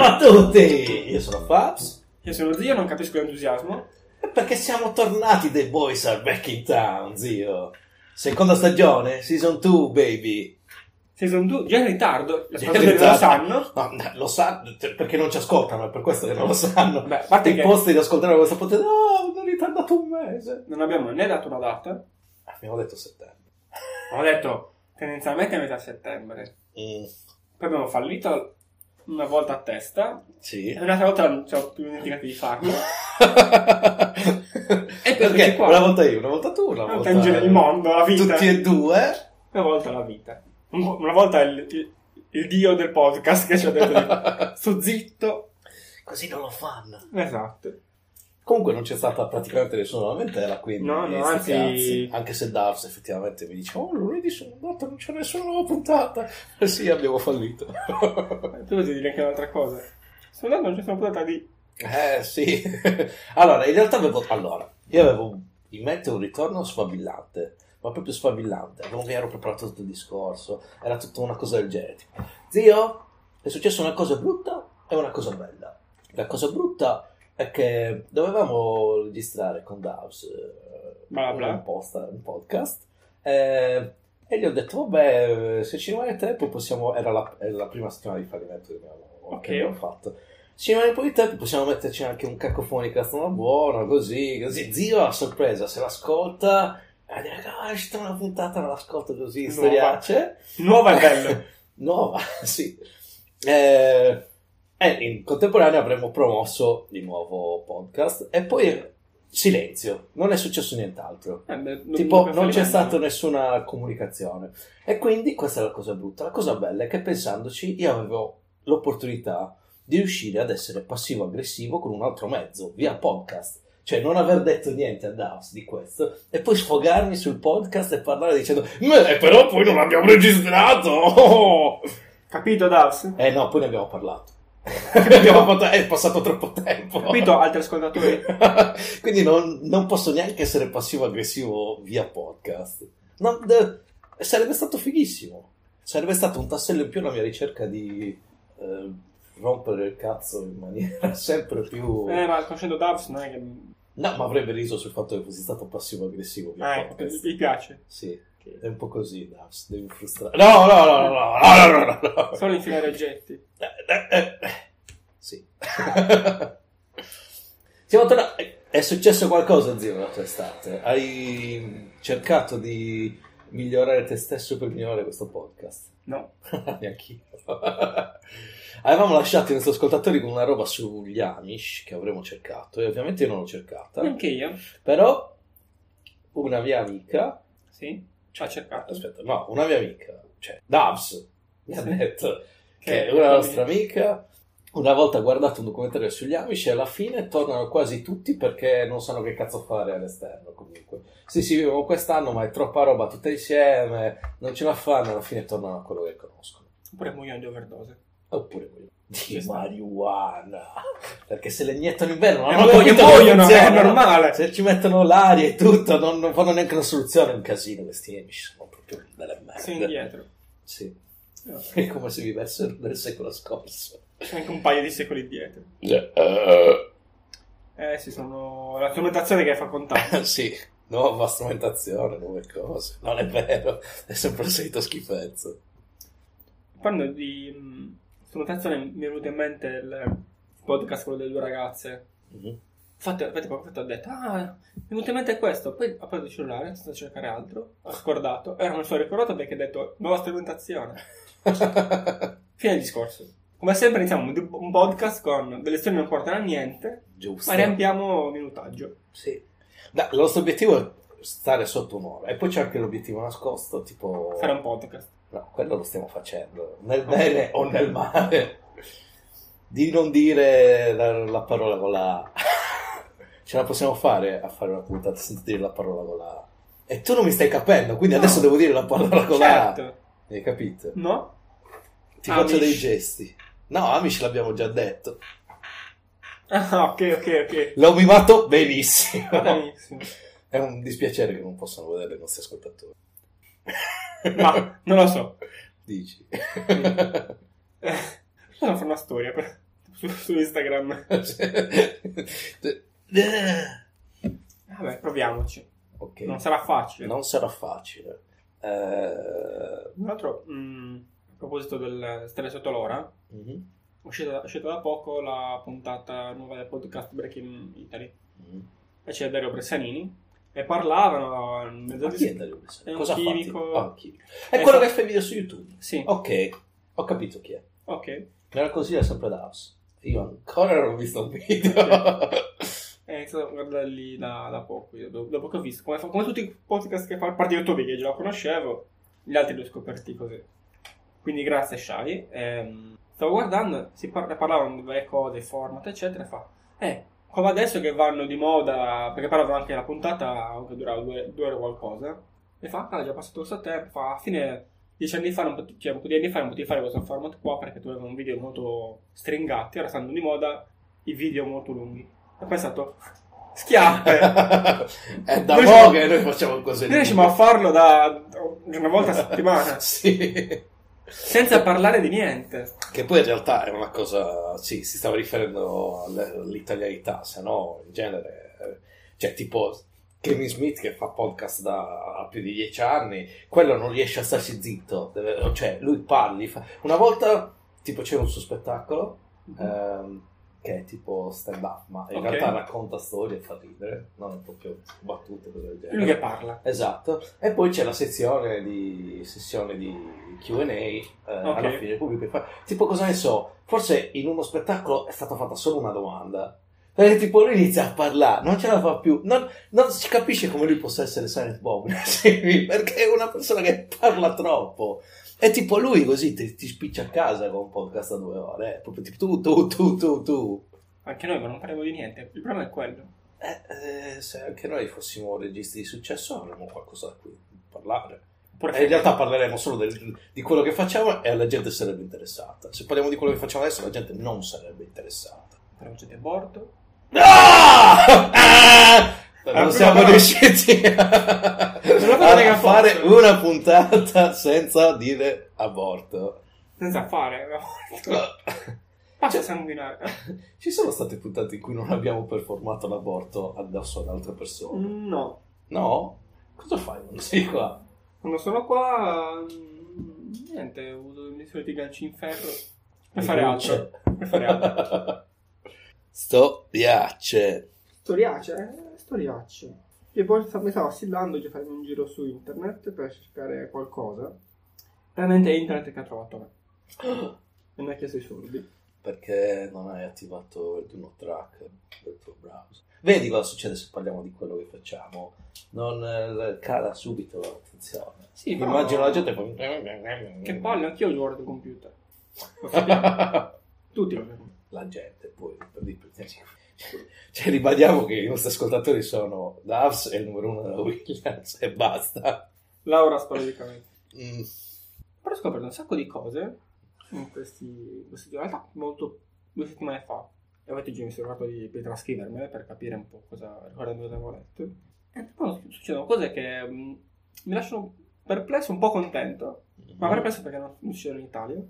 Ciao a tutti! Io sono Fabs. Io sono Zio, non capisco l'entusiasmo. Perché siamo tornati, The Boys are back in town, zio. Seconda stagione, season 2, baby. Season 2, già in ritardo. Le Già in persone lo ritardo. sanno. No, lo sanno, perché non ci ascoltano, è per questo che non lo sanno. Beh, a parte I che posti di ascoltare questo podcast, no, hanno ritardato un mese. non abbiamo né dato una data. Abbiamo detto settembre. Ho detto tendenzialmente a metà settembre. Poi abbiamo fallito una volta a testa. Sì. E un'altra volta non ci ho più dimenticato di farlo. E perché qua? Una volta io, una volta tu, una volta in giro il mondo, la vita. tutti e due. Una volta la vita. Una volta il dio del podcast che ci ha detto sto zitto. Così non lo fanno. Esatto. Comunque non c'è stata praticamente nessuna lamentela, quindi No, sti anzi- cazzi. Anche se Davs effettivamente mi dice lunedì sono andato, non c'è nessuna nuova puntata. Sì, abbiamo fallito. Tu vuoi dire anche un'altra cosa? Sono andato, non c'è stata una puntata di... Sì. Allora, in realtà io avevo in mente un ritorno sfavillante, ma proprio sfavillante. Non mi ero preparato tutto il discorso, era tutta una cosa del genere. Tipo, zio, è successa una cosa brutta e una cosa bella. La cosa brutta è che dovevamo registrare con Davs Bla bla. un podcast e gli ho detto vabbè, se ci rimane tempo possiamo, era la prima settimana di fallimento che abbiamo fatto, se ci rimane un po' di tempo possiamo metterci anche un cacofonica buona, così zio a sorpresa se l'ascolta e dire c'è stata una puntata, non l'ascolto così storiacce. Nuova è bello. Nuova, sì. E in contemporanea avremmo promosso il nuovo podcast e poi silenzio, non è successo nient'altro. Non c'è stata nessuna comunicazione. E quindi questa è la cosa brutta. La cosa bella è che pensandoci io avevo l'opportunità di riuscire ad essere passivo-aggressivo con un altro mezzo, via podcast. Cioè non aver detto niente a Davs di questo e poi sfogarmi sul podcast e parlare dicendo però poi non abbiamo registrato. Capito, Davs? No, poi ne abbiamo parlato. È passato troppo tempo. Capito, altri ascoltatori? Quindi non posso neanche essere passivo-aggressivo via podcast. Sarebbe stato fighissimo. Sarebbe stato un tassello in più alla mia ricerca di rompere il cazzo in maniera sempre più... Ma conoscendo Davs non è che... No, ma avrebbe riso sul fatto che fossi stato passivo-aggressivo via podcast. Mi piace. Sì. È un po' così, Davs, devi frustrare. No. Solo infilare oggetti. Sì. Siamo tornati. È successo qualcosa, zio, la tua estate? Hai cercato di migliorare te stesso per migliorare questo podcast? No. Neanch'io. Avevamo lasciato i nostri ascoltatori con una roba sugli Amish che avremmo cercato e ovviamente io non l'ho cercata. Anche io. Però una mia amica... Sì? Ci ha cercato. Aspetta, no, una mia amica, cioè Davs, mi ha detto Che che una nostra amica una volta ha guardato un documentario sugli Amish e alla fine tornano quasi tutti perché non sanno che cazzo fare all'esterno comunque. Sì, vivono quest'anno ma è troppa roba tutta insieme, non ce la fanno, alla fine tornano a quello che conoscono. Oppure muoiono di overdose. Oppure di marijuana, perché se le iniettano in inverno non muoiono, è normale. Se ci mettono l'aria e tutto non fanno neanche una soluzione, è un casino questi Amish, sono proprio delle merde. Sei indietro. Sì. È come se vivessero nel secolo scorso. C'è anche un paio di secoli dietro. Sì, sono la strumentazione che fa contatto. Sì, nuova strumentazione, nuove cose. Non è vero, è sempre il solito schifezzo. Parlando di strumentazione mi è venuto in mente il podcast, quello delle due ragazze. Mm-hmm. Infatti ho detto, mi è venuto in mente questo. Poi ho preso il cellulare, sono andato a cercare altro, ho scordato. E ora me lo sono ricordato perché ho detto, nuova strumentazione. Fine del discorso. Come sempre iniziamo un podcast con delle storie che non portano a niente, Giusto. ma riempiamo minutaggio. Sì. Il nostro obiettivo è stare sotto un'ora. E poi c'è anche l'obiettivo nascosto, tipo... Fare un podcast. No, quello lo stiamo facendo, nel bene o nel male. Di non dire la parola con la A. Ce la possiamo fare a fare una puntata senza dire la parola con la A. E tu non mi stai capendo, quindi No. adesso devo dire la parola con la A. Certo. Hai capito? No? Ti faccio Amish. dei gesti. No, Amish l'abbiamo già detto. Ah, ok. L'ho mimato benissimo. Benissimo. È un dispiacere che non possano vedere i nostri ascoltatori. Ma non lo so. Dici. Posso fare una storia per su Instagram. Vabbè, proviamoci. Okay. Non sarà facile. Non sarà facile. Un altro, a proposito del stelle sotto l'ora, è uscita da poco la puntata nuova del podcast Breaking Italy. E c'è Dario Bressanini e parlavano chi è Dario Bressanini? Cosa chimico. Ha fatto? È quello che fa i video su YouTube? Sì. Ok, ho capito chi è. Ok. Me la consiglia sempre Davs. Io ancora non ho visto un video. Ho iniziato a guardarli da poco. Dopo che ho visto, come tutti i podcast che fa, a parte YouTube che già lo conoscevo, gli altri li ho scoperti così. Quindi grazie Shai. Stavo guardando, parlavano di varie cose, format, eccetera. Come adesso che vanno di moda, perché parlavano anche della puntata che durava 2 ore o qualcosa. E fa, già passato questo tempo. Alla fine, 10 anni fa, un po' di anni fa non potevi fare questo format qua perché tu avevi un video molto stringati. Ora stanno di moda i video molto lunghi. Ho pensato, schiappe! È da poco che noi facciamo così. Noi riusciamo a farlo da una volta a settimana. Sì. Senza parlare di niente. Che poi in realtà è una cosa, sì, si stava riferendo all'italianità, se no in genere, cioè tipo Kevin Smith che fa podcast da più di 10 anni, quello non riesce a starsi zitto, cioè lui parli, una volta tipo c'era un suo spettacolo che è tipo stand up, ma in realtà racconta storie e fa ridere, non è proprio battute cose del genere. Lui che parla. Esatto. E poi c'è la sessione di Q&A alla fine del pubblico che fa, tipo cosa ne so, forse in uno spettacolo è stata fatta solo una domanda. Perché tipo lui inizia a parlare, non ce la fa più, non si capisce come lui possa essere Silent Bob, perché è una persona che parla troppo. E tipo lui così ti spiccia a casa con un podcast a 2 ore, proprio tipo tu. Anche noi, ma non parliamo di niente, il problema è quello. Se anche noi fossimo registi di successo avremmo qualcosa da cui parlare. In realtà parleremo solo di quello che facciamo e la gente sarebbe interessata. Se parliamo di quello che facciamo adesso la gente non sarebbe interessata. Parliamo di aborto. Non siamo riusciti a fare una puntata senza dire aborto. Senza fare aborto. Faccia sanguinare. Ci sono state puntate in cui non abbiamo performato l'aborto addosso ad altre persone? No. No? Cosa fai quando sei qua? Quando sono qua, niente, uso i miei soliti ganci in ferro per fare altro. Storiacce. E poi mi stavo assillando di farmi un giro su internet per cercare qualcosa. Veramente è internet che ha trovato me. E mi ha chiesto i soldi. Perché non hai attivato il Do Not Track del tuo browser. Vedi cosa succede se parliamo di quello che facciamo? Non cala subito l'attenzione. Sì, immagino la gente poi... Che palle, anch'io gioco al computer. Tutti lo fanno. La gente poi cioè ribadiamo che i nostri ascoltatori sono Davs e il numero 1 della Williams e basta. Laura sporadicamente. Però ho scoperto un sacco di cose in questi in realtà molto 2 settimane fa. E oggi mi sono ricordato di trascrivermele per capire un po' cosa avevo letto. E poi succedono cose che mi lasciano perplesso, un po' contento, ma perplesso perché non succedono in Italia.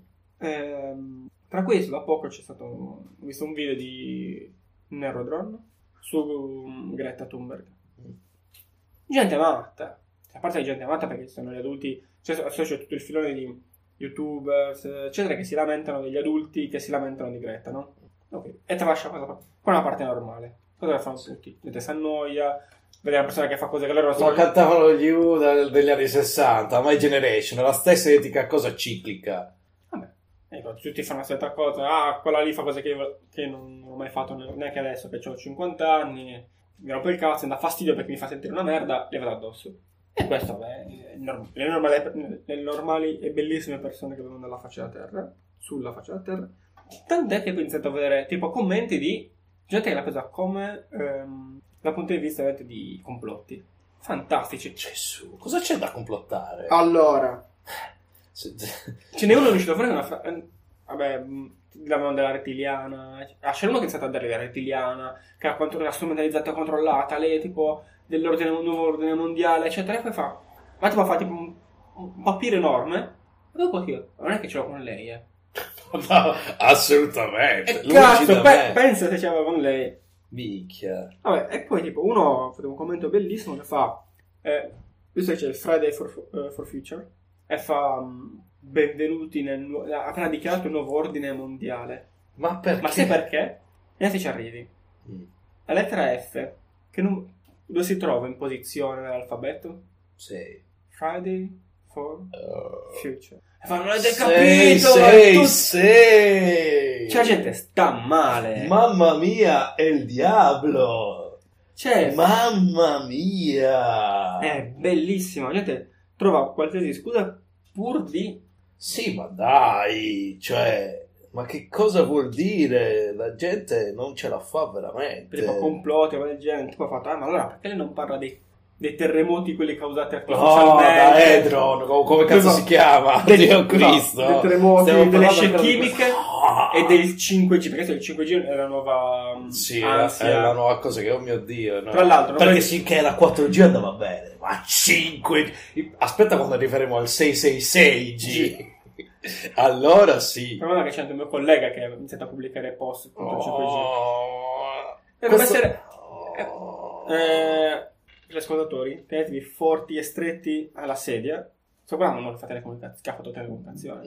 Tra questo da poco ho visto un video di Neurodrone su Greta Thunberg. Gente matta, a parte di gente matta perché sono gli adulti, cioè c'è tutto il filone di youtubers eccetera che si lamentano degli adulti che si lamentano di Greta, no? Ok, e tralascia quella una parte normale, cosa fanno tutti, gente si annoia, vede una persona che fa cose che loro non so. Lo cantavano gli U degli anni 60, My Generation, è la stessa identica cosa ciclica. Tutti fanno la stessa cosa, quella lì fa cose che non ho mai fatto neanche adesso che ho 50 anni, mi rompo il cazzo, mi dà fastidio perché mi fa sentire una merda, le vado addosso. E questo le normali e bellissime persone che vengono dalla faccia della terra, sulla faccia della terra, tant'è che ho iniziato a vedere tipo commenti di gente che l'ha presa come dal punto di vista di complotti fantastici. Gesù, cosa c'è da complottare? Allora ce n'è uno riuscito a fare una della rettiliana, c'è uno che è iniziato a dare la rettiliana che la strumentalizzata e controllata, lei è tipo nuovo ordine mondiale eccetera, e poi fa tipo un papiro enorme e dopo non è che ce l'ho con lei No, assolutamente. E cazzo, pensa se c'era con lei. Minchia. Vabbè, e poi tipo uno ha fatto un commento bellissimo che fa, visto che c'è il Friday for Future, e fa benvenuti ha appena dichiarato il nuovo ordine mondiale. Ma perché? Ma sai perché? E adesso ci arrivi. La lettera F, dove si trova in posizione nell'alfabeto? Sì. Friday for Future. E fa, non avete capito? Sì. Cioè la gente sta male. Mamma mia, è il diavolo. Cioè, mamma mia. È bellissimo. La gente trova qualsiasi scusa pur di... Sì, ma dai, cioè... Ma che cosa vuol dire? La gente non ce la fa veramente. Tipo complotti o del genere. Tipo ha fatto, ma allora perché lei non parla dei terremoti, quelli causati artificialmente? Da Edron, come cazzo si chiama? Dio Cristo. Dei terremoti, delle scie chimiche e del 5G, perché il 5G è la nuova ansia. È la nuova cosa che, oh mio Dio. No. Tra l'altro, perché sì che la 4G andava bene, ma 5G... Aspetta quando arriveremo al 666G. Allora sì. Il problema è che c'è anche un mio collega che ha iniziato a pubblicare post contro il 5G. Dovrebbe essere... gli ascoltatori, tenetevi forti e stretti alla sedia. So qua non fa telecomunicazione, che ha fatto telecomunicazione.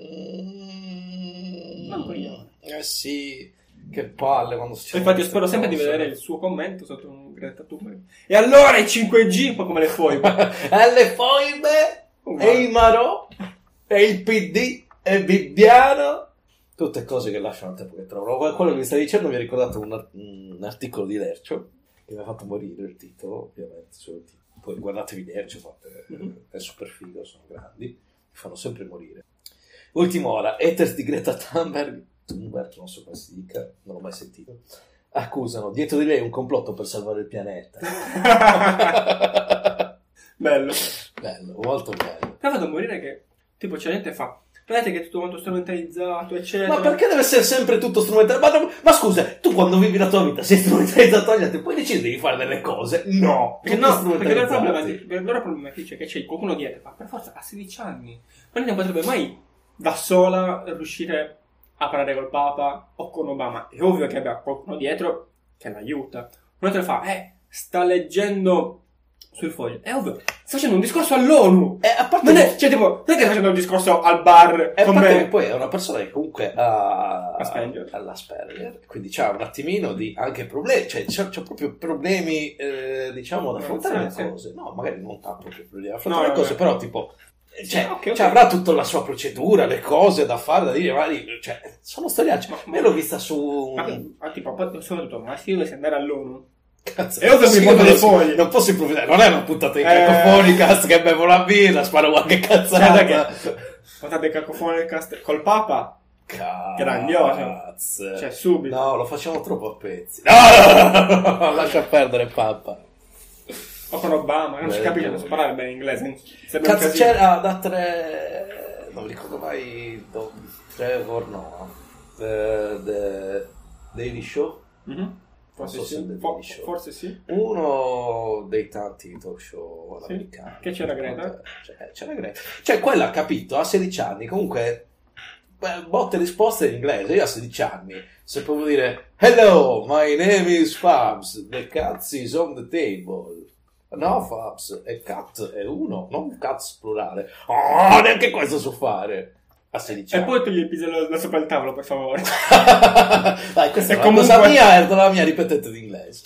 Non io. Sì, che palle quando succede. Infatti io spero sempre di vedere il suo commento sotto un Greta Thunberg. E allora il 5G, un po' come le foibe. Le foibe, e i Marò, e il PD, e Bibbiano. Tutte cose che lasciano il tempo che trovano. Quello che mi stai dicendo mi ha ricordato un articolo di Lercio che mi ha fatto morire il titolo, ovviamente, solo il titolo. Poi guardatevi Lercio, è super figo, sono grandi, mi fanno sempre morire. Ultima ora, haters di Greta Thunberg, non so come si dica, non l'ho mai sentito, accusano dietro di lei un complotto per salvare il pianeta. Bello, molto bello. Mi ha fatto morire che, tipo, c'è gente che fa, vedete che è tutto molto strumentalizzato, eccetera. Ma perché deve essere sempre tutto strumentalizzato? Ma scusa, tu quando vivi la tua vita sei strumentalizzato agli altri, poi decidi di fare delle cose? No, perché il problema è che c'è qualcuno dietro, ma per forza ha 16 anni. Ma non potrebbe mai da sola riuscire a parlare col Papa o con Obama. È ovvio che abbia qualcuno dietro che l'aiuta. Un altro fa, sta leggendo sul foglio. È ovvio, sta facendo un discorso all'ONU. A parte non è che sta facendo un discorso al bar con me. Poi è una persona che comunque ha l'Asperger, quindi c'ha un attimino di anche problemi, cioè c'ha proprio problemi, diciamo, da affrontare le cose. No, magari non ha proprio problemi da affrontare le cose, però tipo... Okay. Avrà tutta la sua procedura, le cose da fare, da dire, magari, cioè, sono storiacce. Ma io l'ho vista su... soprattutto, ma se io dovessi andare all'ONU, cazzo, e io non posso improvvisare, non è una puntata in Cacofonicast che bevo la birra, sparo qualche cazzata. Puntate Cacofonicast col Papa? Grandioso. Cioè, subito. No, lo facciamo troppo a pezzi. No, lascia perdere Papa. O con Obama, non si capisce, non so parlare bene inglese. Cazzo, c'era da non mi ricordo mai, Trevor, no, The Daily Show. Mm-hmm. Forse sì. Uno dei tanti talk show americani. Che c'era Greta? C'era Greta. Cioè, quella, capito, a 16 anni, comunque, botte risposte in inglese. Io a 16 anni, se posso dire, hello, my name is Fabs, the cat is on the table. No, Fabs, è cat, è uno, non cats plurale. Oh, neanche questo so fare. A 16 anni. E poi tu gli pisi da sopra il tavolo, per favore. Dai, questa è una cosa mia, è la mia ripetente d'inglese.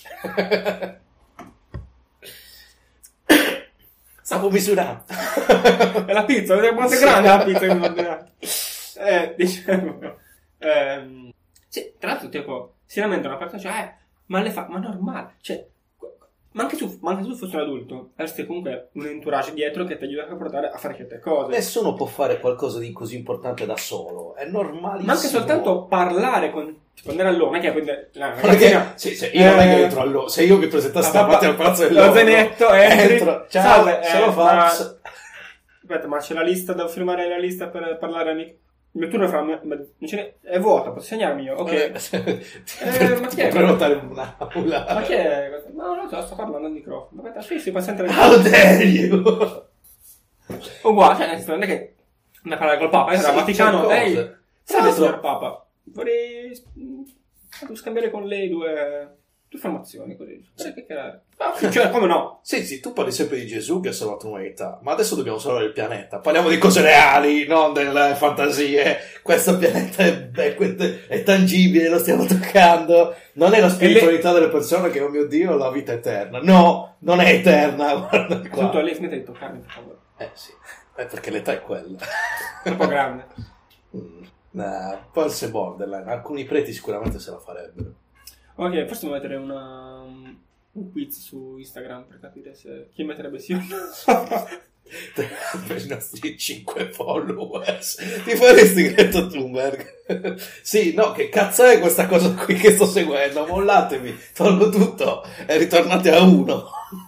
Stavo misurando. È la pizza, vedete quanto è grande la pizza che mi ordinato. Diciamo. Sì, tra l'altro, tipo, si lamenta una persona, cioè, ma le fa, ma normale, cioè, ma anche se tu fossi un adulto, avresti comunque un entourage dietro che ti aiuta a portare a fare certe cose. Nessuno può fare qualcosa di così importante da solo, è normalissimo. Ma anche soltanto parlare con andare all'ONU, non è che io non è che entro all'ONU, se io mi presentassi davanti al palazzo dell'ONU, lo zenetto, entro, ciao, salve, sono Fabs. Aspetta, ma c'è la lista, devo firmare la lista per parlare amico. Il mio turno è vuota, posso segnarmi io? Ok. Ma chi è? Per notare un'aula. Ma chi è? No, non so, sto parlando al microfono. Aspetta, sì, può sentire. How dare you? Uguale, cioè, non è che andare a parlare col Papa, era al Vaticano, signor Papa, vorrei scambiare con lei due informazioni così. Cioè, come no? Sì, tu parli sempre di Gesù che ha salvato l'umanità, ma adesso dobbiamo salvare il pianeta. Parliamo di cose reali, non delle fantasie. Questo pianeta è tangibile, lo stiamo toccando. Non è la spiritualità delle persone che, oh mio Dio, la vita è eterna. No, non è eterna. Guarda qua. Appunto, lei smette di toccarmi, per favore. Sì, perché l'età è quella. Un po' grande. Forse borderline. Alcuni preti sicuramente se la farebbero. Ok, forse devo mettere un quiz su Instagram per capire se chi metterebbe sì o no. Per i nostri 5 followers ti faresti Greta Thunberg? Sì, no, che cazzo è questa cosa qui che sto seguendo? Mollatemi, tolgo tutto e ritornate a 1.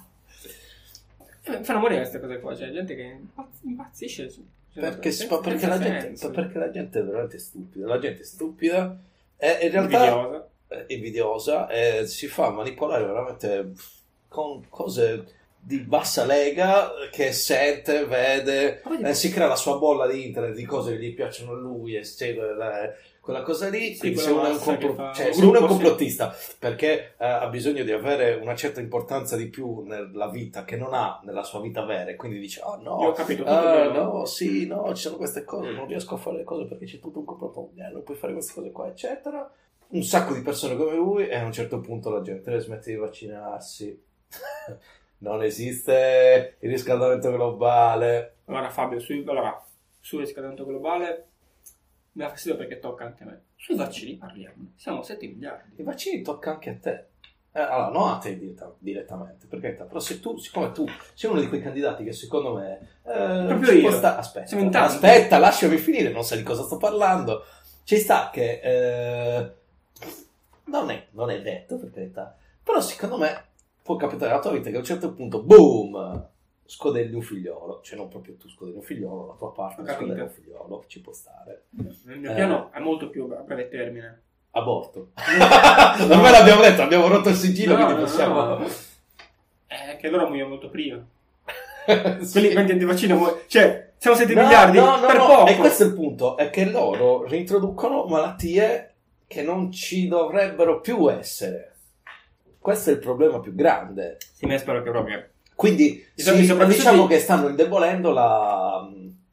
Fanno morire queste cose qua, c'è gente che impazzisce perché la gente è veramente stupida. La gente è stupida e in realtà invidiosa e si fa manipolare veramente con cose di bassa lega, che sente, vede, si crea la sua bolla di internet di cose che gli piacciono a lui e quella cosa lì. Sì, se uno è un complottista perché ha bisogno di avere una certa importanza di più nella vita che non ha nella sua vita vera, e quindi dice ho capito, no, ci sono queste cose, non riesco a fare le cose perché c'è tutto un complotto, non puoi fare queste cose qua, eccetera. Un sacco di persone come lui, e a un certo punto la gente smette di vaccinarsi. Non esiste il riscaldamento globale. Allora Fabio, sul riscaldamento globale mi ha fastidio perché tocca anche a me. Sui vaccini parliamo, siamo 7 miliardi. I vaccini tocca anche a te. Allora, non a te direttamente, perché però siccome tu sei uno di quei candidati che secondo me proprio io. Aspetta, lasciami finire, non sai di cosa sto parlando. Ci sta che non è detto, per carità, però secondo me può capitare alla tua vita che a un certo punto, boom, scodelli un figliolo, cioè non proprio tu scodelli un figliolo, la tua parte scodelli un figliolo, ci può stare. Il mio piano è molto più a breve termine. Aborto. Ormai l'abbiamo detto, abbiamo rotto il sigillo, quindi possiamo... che allora muoio molto prima. Quelli quanti di vaccino cioè, siamo 7 miliardi per poco. E questo è il punto, è che loro reintroducono malattie che non ci dovrebbero più essere. Questo è il problema più grande. Sì, ma spero che proprio... Quindi diciamo che stanno indebolendo la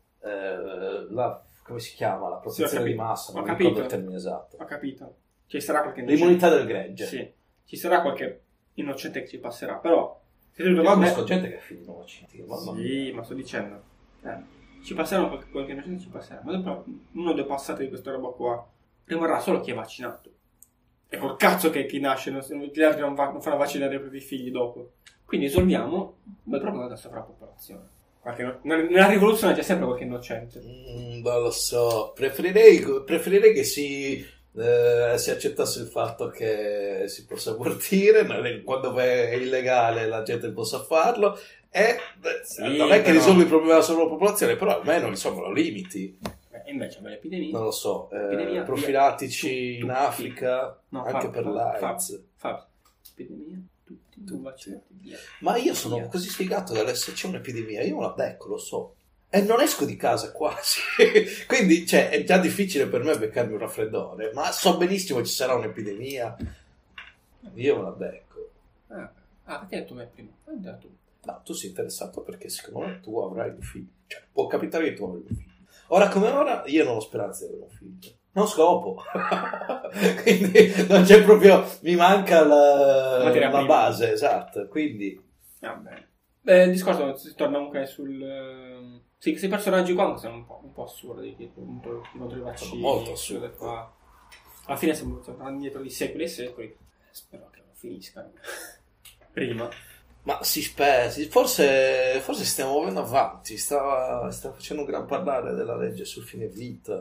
come si chiama? La protezione di massa, non ricordo il termine esatto. Ho capito. Ci sarà qualche l'immunità del gregge. Sì. Ci sarà qualche innocente che ci passerà, però... Io conosco gente che è figlio innocente. Sì, ma sto dicendo. Ci passerà qualche innocente, ci passerà. Ma dopo uno dei passati di questa roba qua rimarrà solo chi è vaccinato. E col cazzo che chi nasce, gli altri non fanno vaccinare i propri figli dopo. Quindi risolviamo il problema della sovrappopolazione. Nella rivoluzione c'è sempre qualche innocente. Non lo so, preferirei che si accettasse il fatto che si possa abortire quando è illegale, la gente possa farlo, e non è che risolvi il problema della sovrapopolazione, però almeno insomma lo limiti. Invece per l'epidemia, non lo so, profilattici in Africa, anche per l'AIDS. Epidemia, tutti vaccinati via. Ma io sono così sfigato che se c'è un'epidemia io la becco, lo so, e non esco di casa quasi. Quindi è già difficile per me beccarmi un raffreddore, ma so benissimo ci sarà un'epidemia, io me la becco. Perché hai detto me prima? No, tu sei interessato perché secondo me tu avrai un figlio, cioè può capitare che tu avrai un figlio. Ora come ora io non ho speranza di avere un figlio, non scopo. Quindi non c'è proprio, mi manca la base, esatto, quindi il discorso si torna comunque sul sì, questi personaggi qua sono un po' assurdi, tipo contro i vaccini, molto assurdi qua. Alla fine siamo tornati indietro di secoli e secoli, spero che non finiscano prima. Ma forse stiamo muovendo avanti. Stava facendo un gran parlare della legge sul fine vita.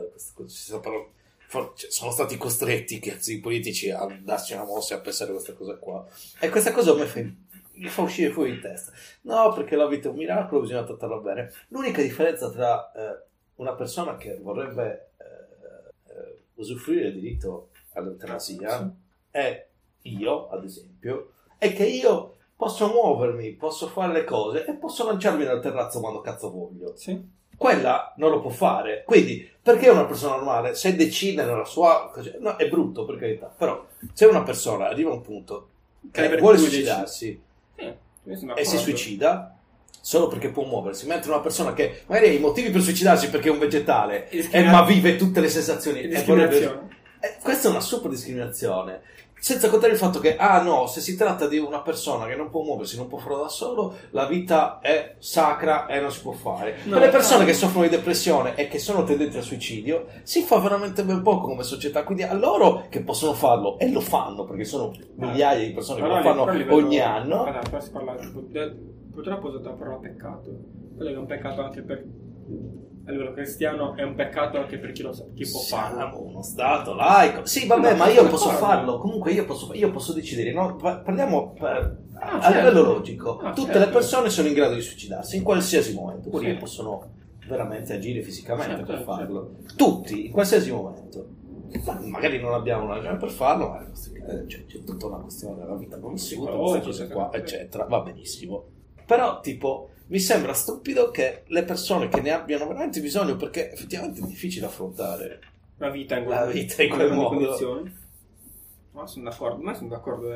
Sono stati costretti i politici a darci una mossa e a pensare a questa cosa qua. E questa cosa mi fa uscire fuori di testa. No, perché la vita è un miracolo, bisogna trattarla bene. L'unica differenza tra una persona che vorrebbe usufruire del diritto all'eutanasia e io, ad esempio, è che io posso muovermi, posso fare le cose e posso lanciarmi dal terrazzo quando cazzo voglio. Sì. quella non lo può fare. Quindi, perché una persona normale, se decide nella sua... No, è brutto, per carità, però se una persona arriva a un punto che vuole suicidarsi e si suicida solo perché può muoversi, mentre una persona che magari ha i motivi per suicidarsi perché è un vegetale ma vive tutte le sensazioni questa è una super discriminazione, senza contare il fatto che se si tratta di una persona che non può muoversi, non può farlo da solo, la vita è sacra e non si può fare. Per le persone che soffrono di depressione e che sono tendenti al suicidio si fa veramente ben poco come società, quindi a loro che possono farlo e lo fanno, perché sono migliaia di persone che lo fanno ogni anno. Purtroppo usato la parola peccato. Quello è un peccato anche per a livello cristiano, è un peccato anche per chi può farlo. Siamo uno stato laico. Sì, vabbè, ma io posso farlo. Comunque io posso decidere, no? Parliamo a livello logico. Tutte le persone sono in grado di suicidarsi in qualsiasi momento, pure possono veramente agire fisicamente per farlo. Tutti, in qualsiasi momento. Magari non abbiamo una ragione per farlo, ma c'è tutta una questione della vita non vissuta, queste cose qua, eccetera. Va benissimo. Però, tipo, mi sembra stupido che le persone che ne abbiano veramente bisogno, perché effettivamente è difficile affrontare la vita in quel modo. Condizioni. No, sono d'accordo.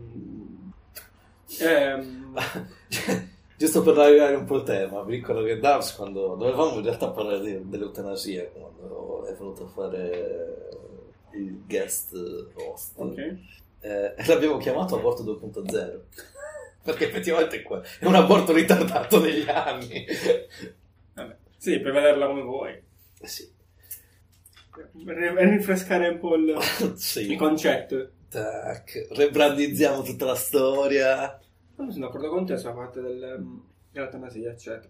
Giusto per allargare un po' il tema, vi ricordo che Dars, quando dovevamo in realtà parlare dell'eutanasia, quando è venuto a fare il guest host, l'abbiamo chiamato aborto 2.0. Perché effettivamente è un aborto ritardato negli anni. Vabbè, sì, per vederla come vuoi. Sì. Per rinfrescare un po' il concetto. Tac, rebrandizziamo tutta la storia. Non sono d'accordo con te sulla parte dell'eutanasia, eccetera.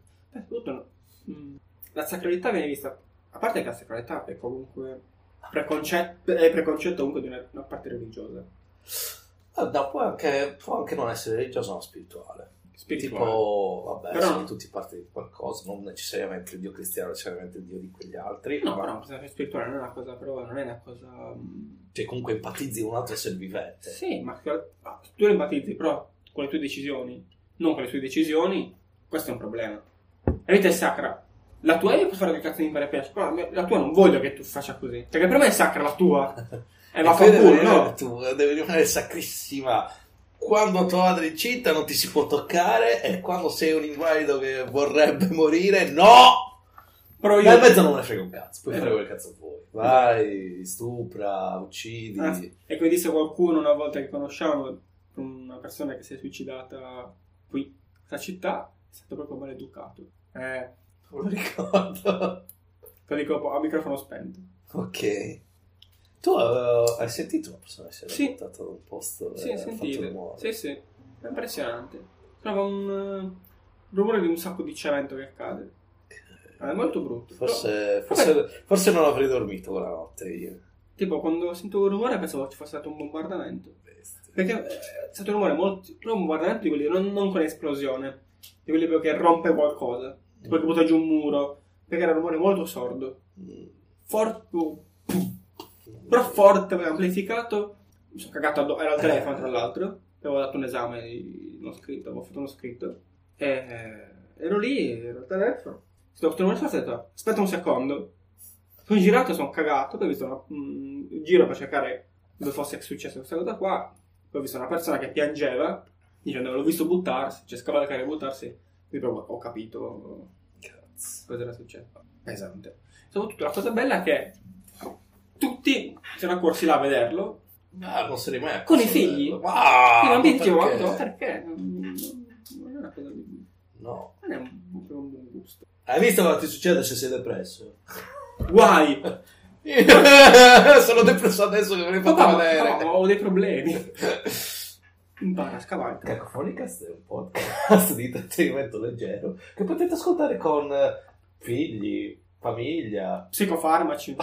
La sacralità viene vista... A parte che la sacralità è comunque preconcetto comunque di una parte religiosa. No, può anche non essere religioso, ma spirituale. Tipo, vabbè, però sono tutti parte di qualcosa, non necessariamente il Dio cristiano, necessariamente il Dio di quegli altri. No, però spirituale non è una cosa, però non è una cosa... Cioè, comunque empatizzi con un altro essere vivente. Sì, ma tu lo empatizzi, però con le tue decisioni, non con le sue decisioni, questo è un problema. La vita è sacra. La tua io posso fare che cazzo mi pare piace, però la tua non voglio che tu faccia così. Perché per me è sacra la tua. Deve rimanere sacrissima. Quando tua madre è incinta non ti si può toccare, e quando sei un invalido che vorrebbe morire, no! Però io... Nel mezzo non me ne frega un cazzo, puoi fare quel cazzo vuoi. Vai, stupra, uccidi. E come disse qualcuno una volta che conosciamo, una persona che si è suicidata qui, in questa città, è stato proprio maleducato. Non lo ricordo. Lo dico a microfono spento. Ok. Tu hai sentito una persona essere buttata da un posto? Sì, ho sentito. Sì, è impressionante. Trova un rumore di un sacco di cemento che cade. È molto brutto. Forse non avrei dormito quella notte io. Tipo, quando sentivo il rumore pensavo ci fosse stato un bombardamento. Perché è stato un bombardamento di quelli non con esplosione, di quelli che rompe qualcosa, tipo che butta giù un muro, perché era un rumore molto sordo. Però forte, amplificato. Mi sono cagato, era al telefono tra l'altro, avevo dato un esame avevo fatto uno scritto e ero al telefono, ho detto aspetta un secondo, sono girato, sono cagato, poi ho visto un giro per cercare dove fosse successo questa cosa qua, poi ho visto una persona che piangeva dicendo l'ho visto buttarsi, cioè scavalcare e buttarsi, quindi ho capito cosa era successo. Pesante. Soprattutto la cosa bella è che tutti si sono accorsi là a vederlo. Non se ne mai con i figli. I bambini perché? Non è una cosa di... No. Non è un buon gusto. Hai visto cosa ti succede se sei depresso? Guai! Sono depresso adesso che me ne fate vedere. Ho dei problemi. Impara a scavalcare. Cacofonicast è un podcast di intrattenimento leggero che potete ascoltare con figli, famiglia, psicofarmaci.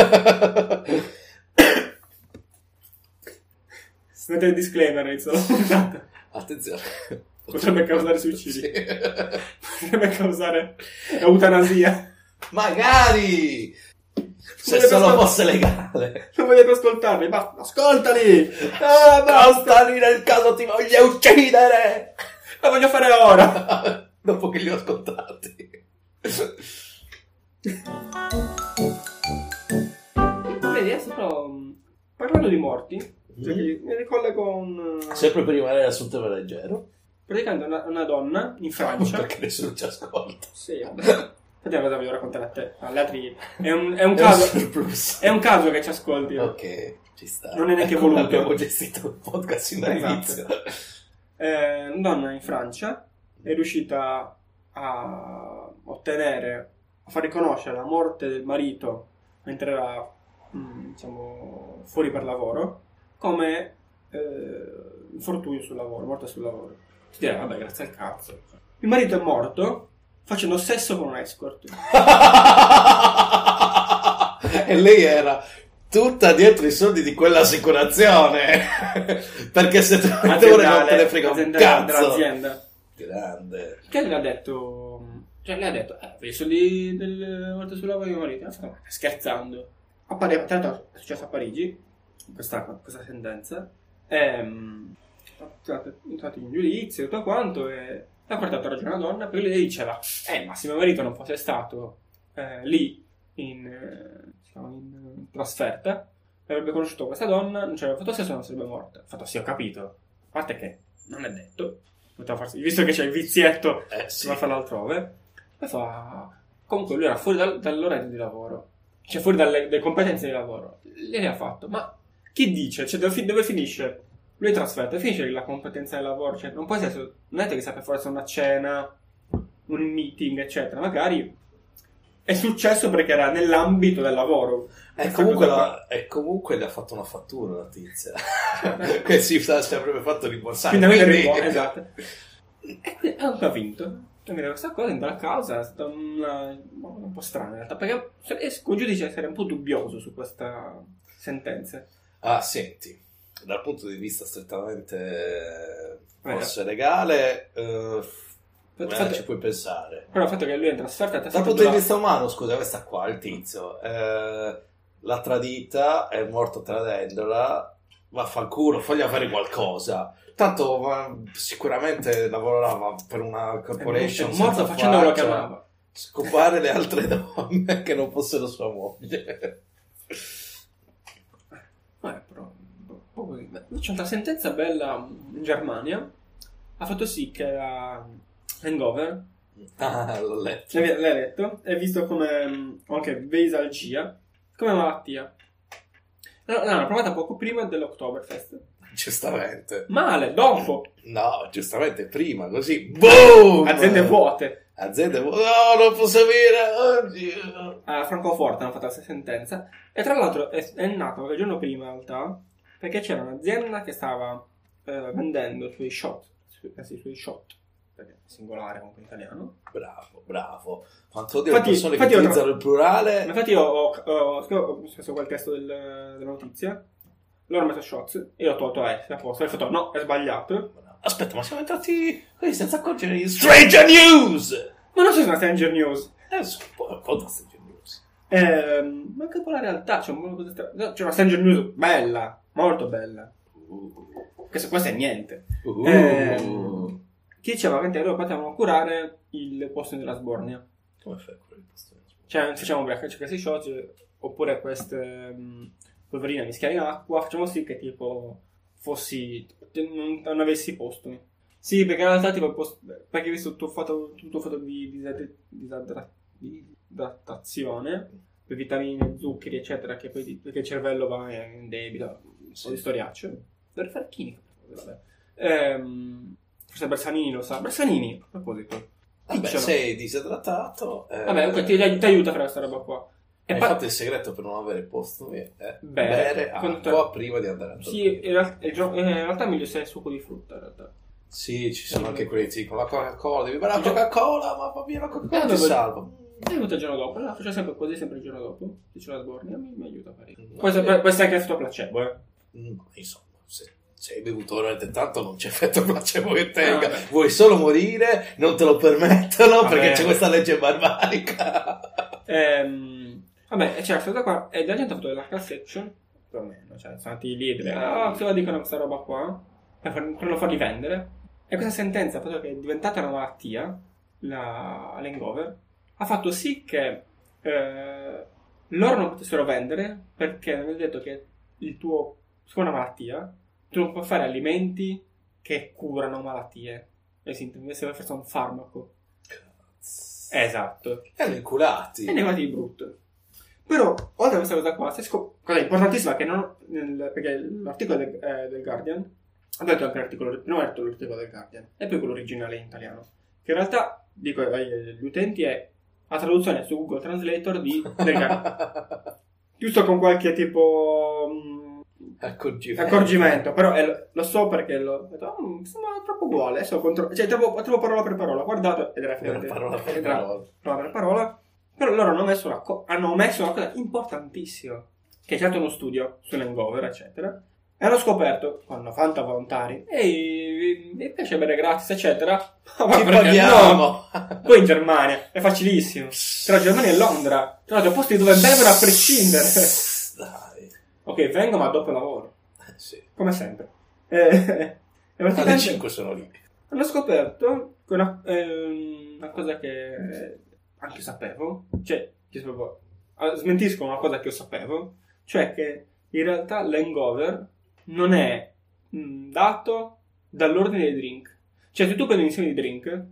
Mettete il disclaimer inizio. Attenzione, potrebbe causare suicidi. Sì. Potrebbe causare eutanasia. Magari se solo fosse legale. Non voglio ascoltarli, basta. Ascoltali. Ascoltali nel caso ti voglia uccidere. La voglio fare ora. Dopo che li ho ascoltati. Vedi, adesso però, parlando di morti, mi ricollego con... Sempre per rimanere sul tema leggero. Praticamente una donna in Francia... Perché nessuno ci ascolta. Sì, vabbè. Infatti è una cosa voglio raccontare a te. Agli altri è un caso... È un caso che ci ascolti. Ok, ci sta. Non è neanche voluto. Abbiamo gestito il podcast in all'inizio. Una donna in Francia è riuscita a ottenere, a far riconoscere la morte del marito mentre era diciamo fuori per lavoro come infortunio sul lavoro, morte sul lavoro. Si dirà, vabbè, grazie al cazzo. Il marito è morto facendo sesso con un escort. E lei era tutta dietro i soldi di quell'assicurazione. Perché se te non te ne frega un cazzo dell'azienda. Grande. Che le ha detto? Cioè le ha detto, per i soldi del morte sul lavoro di mio marito. Scherzando. Tra l'altro è successo a Parigi questa sentenza. Entrato in giudizio e tutto quanto e ha portato ragione la donna perché lei diceva ma se mio marito non fosse stato lì in trasferta avrebbe conosciuto questa donna, non ci avrebbe fatto sesso e non sarebbe morta. Fatto sì, ho capito, a parte che non è detto, visto che c'è il vizietto sì. Va a farlo altrove e comunque lui era fuori dall'orario di lavoro, cioè fuori dalle competenze di lavoro. Lei ha fatto, ma chi dice? Cioè dove finisce? Lui è trasferto, finisce la competenza del lavoro, cioè non può essere, non è che sia per forza una cena, un meeting, eccetera, magari è successo perché era nell'ambito del lavoro. E comunque le ha fatto una fattura la tizia. Che si avrebbe fatto rimborsare. Esatto. E ha vinto. Quindi questa cosa in dalla causa è stata un po' strana in realtà, perché con giudice essere un po' dubbioso su questa sentenza. Ah, senti, dal punto di vista strettamente forse legale ci puoi pensare, però il fatto che lui è in trasferta dal punto di vista umano, scusa, questa qua il tizio l'ha tradita, è morto tradendola, vaffanculo, fagli fare qualcosa, tanto sicuramente lavorava per una corporation, è morto facendo quello che amava, scopare le altre donne che non fossero sua moglie. Però c'è una sentenza bella in Germania, ha fatto sì che la hangover, l'ho letto, l'hai letto, è visto come anche vesalgia come malattia. L'hanno provata poco prima dell'Oktoberfest. Giustamente. Male, dopo. No, giustamente prima, così boom! Aziende vuote. No, non posso dire. Oddio. A Francoforte hanno fatto questa sentenza. E tra l'altro è nato il giorno prima in realtà, perché c'era un'azienda che stava vendendo i suoi shot, perché è singolare comunque in italiano. Bravo. Quanto odio le persone che utilizzano il plurale. Infatti io ho scritto quel testo della notizia, loro hanno messo shots e l'ho tolto a posto, e ho fatto no, è sbagliato. Aspetta, ma siamo entrati senza accorgere in Stranger News! Ma non c'è una Stranger News! Un po' da Stranger News. Ma anche un po' la realtà, c'è una Stranger News bella, molto bella. Questo è niente. Chi diceva che loro potevano curare il posto della sbornia. Come fai a curare il posto della sbornia? Cioè, facciamo questi shot, oppure queste polverine mischiate in acqua, facciamo sì che tipo non avessi postumi. Sì, perché in realtà tipo perché hai visto il tuo fatto di idratazione, per vitamine, zuccheri, eccetera, che poi perché il cervello va in debito, o di storiaccio. Dovrei fare chimica. Vabbè. Forse Bersanini lo sa. Bersanini, a proposito. Vabbè, sei disidratato. Vabbè, comunque ti aiuta a fare questa roba qua. E infatti il segreto per non avere postumi è bere acqua prima di andare a dormire. Sì, in realtà è meglio se è succo di frutta, in realtà. Sì, ci sono anche quelli che dicono la Coca-Cola, devi bere la Coca-Cola, ma va bene la Coca-Cola ti salva. Mi aiuta il giorno dopo, faccio sempre così, sempre il giorno dopo. Se c'è la sbornia mi aiuta a fare. Può essere anche effetto placebo, insomma, se hai bevuto veramente tanto non c'è effetto placebo che tenga. Vuoi solo morire, non te lo permettono perché c'è questa legge barbarica. Vabbè, c'era questa qua e la gente ha fatto della class action, più o meno, cioè sono andati lì e cosa dicono questa roba qua per non farli vendere. E questa sentenza, fatto che è diventata una malattia, la hangover, ha fatto sì che loro non potessero vendere perché hanno detto che il tuo, siccome è una malattia, tu non puoi fare alimenti che curano malattie e sintomi, deve essere un farmaco. Cazzo. Esatto. E ne inculati. E ne va di brutto. Però, oltre a questa cosa qua, cosa importantissima che non perché l'articolo del Guardian ha detto anche l'articolo, non ha detto l'articolo del Guardian, e poi quello originale in italiano, che in realtà, dico agli utenti, è la traduzione su Google Translator del Guardian. Giusto con qualche tipo accorgimento, però lo so perché l'ho detto, sembra troppo uguale, adesso cioè trovo parola per parola, guardato ed era parola per parola. Però loro hanno messo una cosa importantissima, che c'è stato uno studio sull'hangover, eccetera, e hanno scoperto, con 90 volontari, mi piace bere gratis, eccetera, ma ti paghiamo! No. Poi in Germania, è facilissimo, tra Germania e Londra, tra l'altro posti dove bevono a prescindere. Dai. Ok, vengo ma dopo lavoro. Sì. Come sempre. Alle 5 sono lì. Hanno scoperto una cosa che anche sapevo, cioè smentisco una cosa che io sapevo, cioè che in realtà l'hangover non è dato dall'ordine dei drink. Cioè se tu prendi un insieme di drink,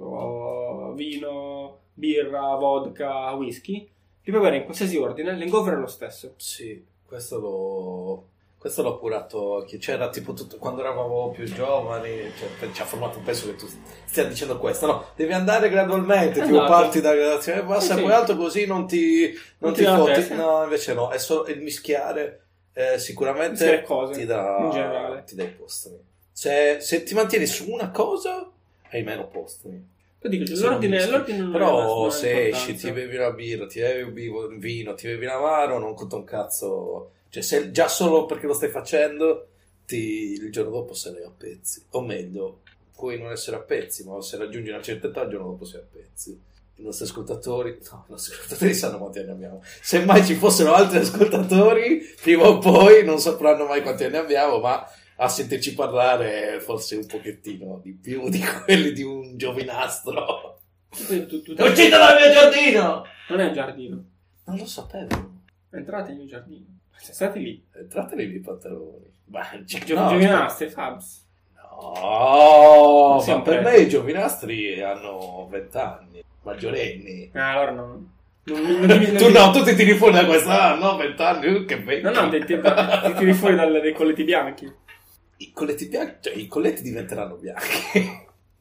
vino, birra, vodka, whisky, li puoi bere in qualsiasi ordine, l'hangover è lo stesso. Sì, questo l'ho curato, c'era tipo tutto, quando eravamo più giovani, cioè, ci ha formato, penso che tu stia dicendo questo, no, devi andare gradualmente, tipo parti da gradazione bassa, poi alto così non ti fotti, no, invece no, è solo il mischiare, sicuramente cose, ti dà i postumi. Se ti mantieni su una cosa, hai meno postumi. L'ordine non però se esci, ti bevi una birra, ti bevi un vino, ti bevi un amaro, non conta un cazzo. Cioè, se già solo perché lo stai facendo, il giorno dopo sei a pezzi. O meglio, puoi non essere a pezzi, ma se raggiungi una certa età, il giorno dopo sei a pezzi. I nostri ascoltatori sanno quanti anni abbiamo. Se mai ci fossero altri ascoltatori, prima o poi non sapranno mai quanti anni abbiamo, ma a sentirci parlare forse un pochettino di più di quelli di un giovinastro. È uscito dal mio giardino! Non è un giardino. Non lo sapevo. Entrate nel mio giardino. State lì. Entrate nei miei pantaloni. Giovinastri, Fabs. No, ma per me i giovinastri hanno 20 anni, maggiorenni. Allora no. Tu ti tiri fuori da questa, no, 20 anni, che vecchio. No, ti tiri fuori dai colletti bianchi. I colletti bianchi, cioè i colletti diventeranno bianchi.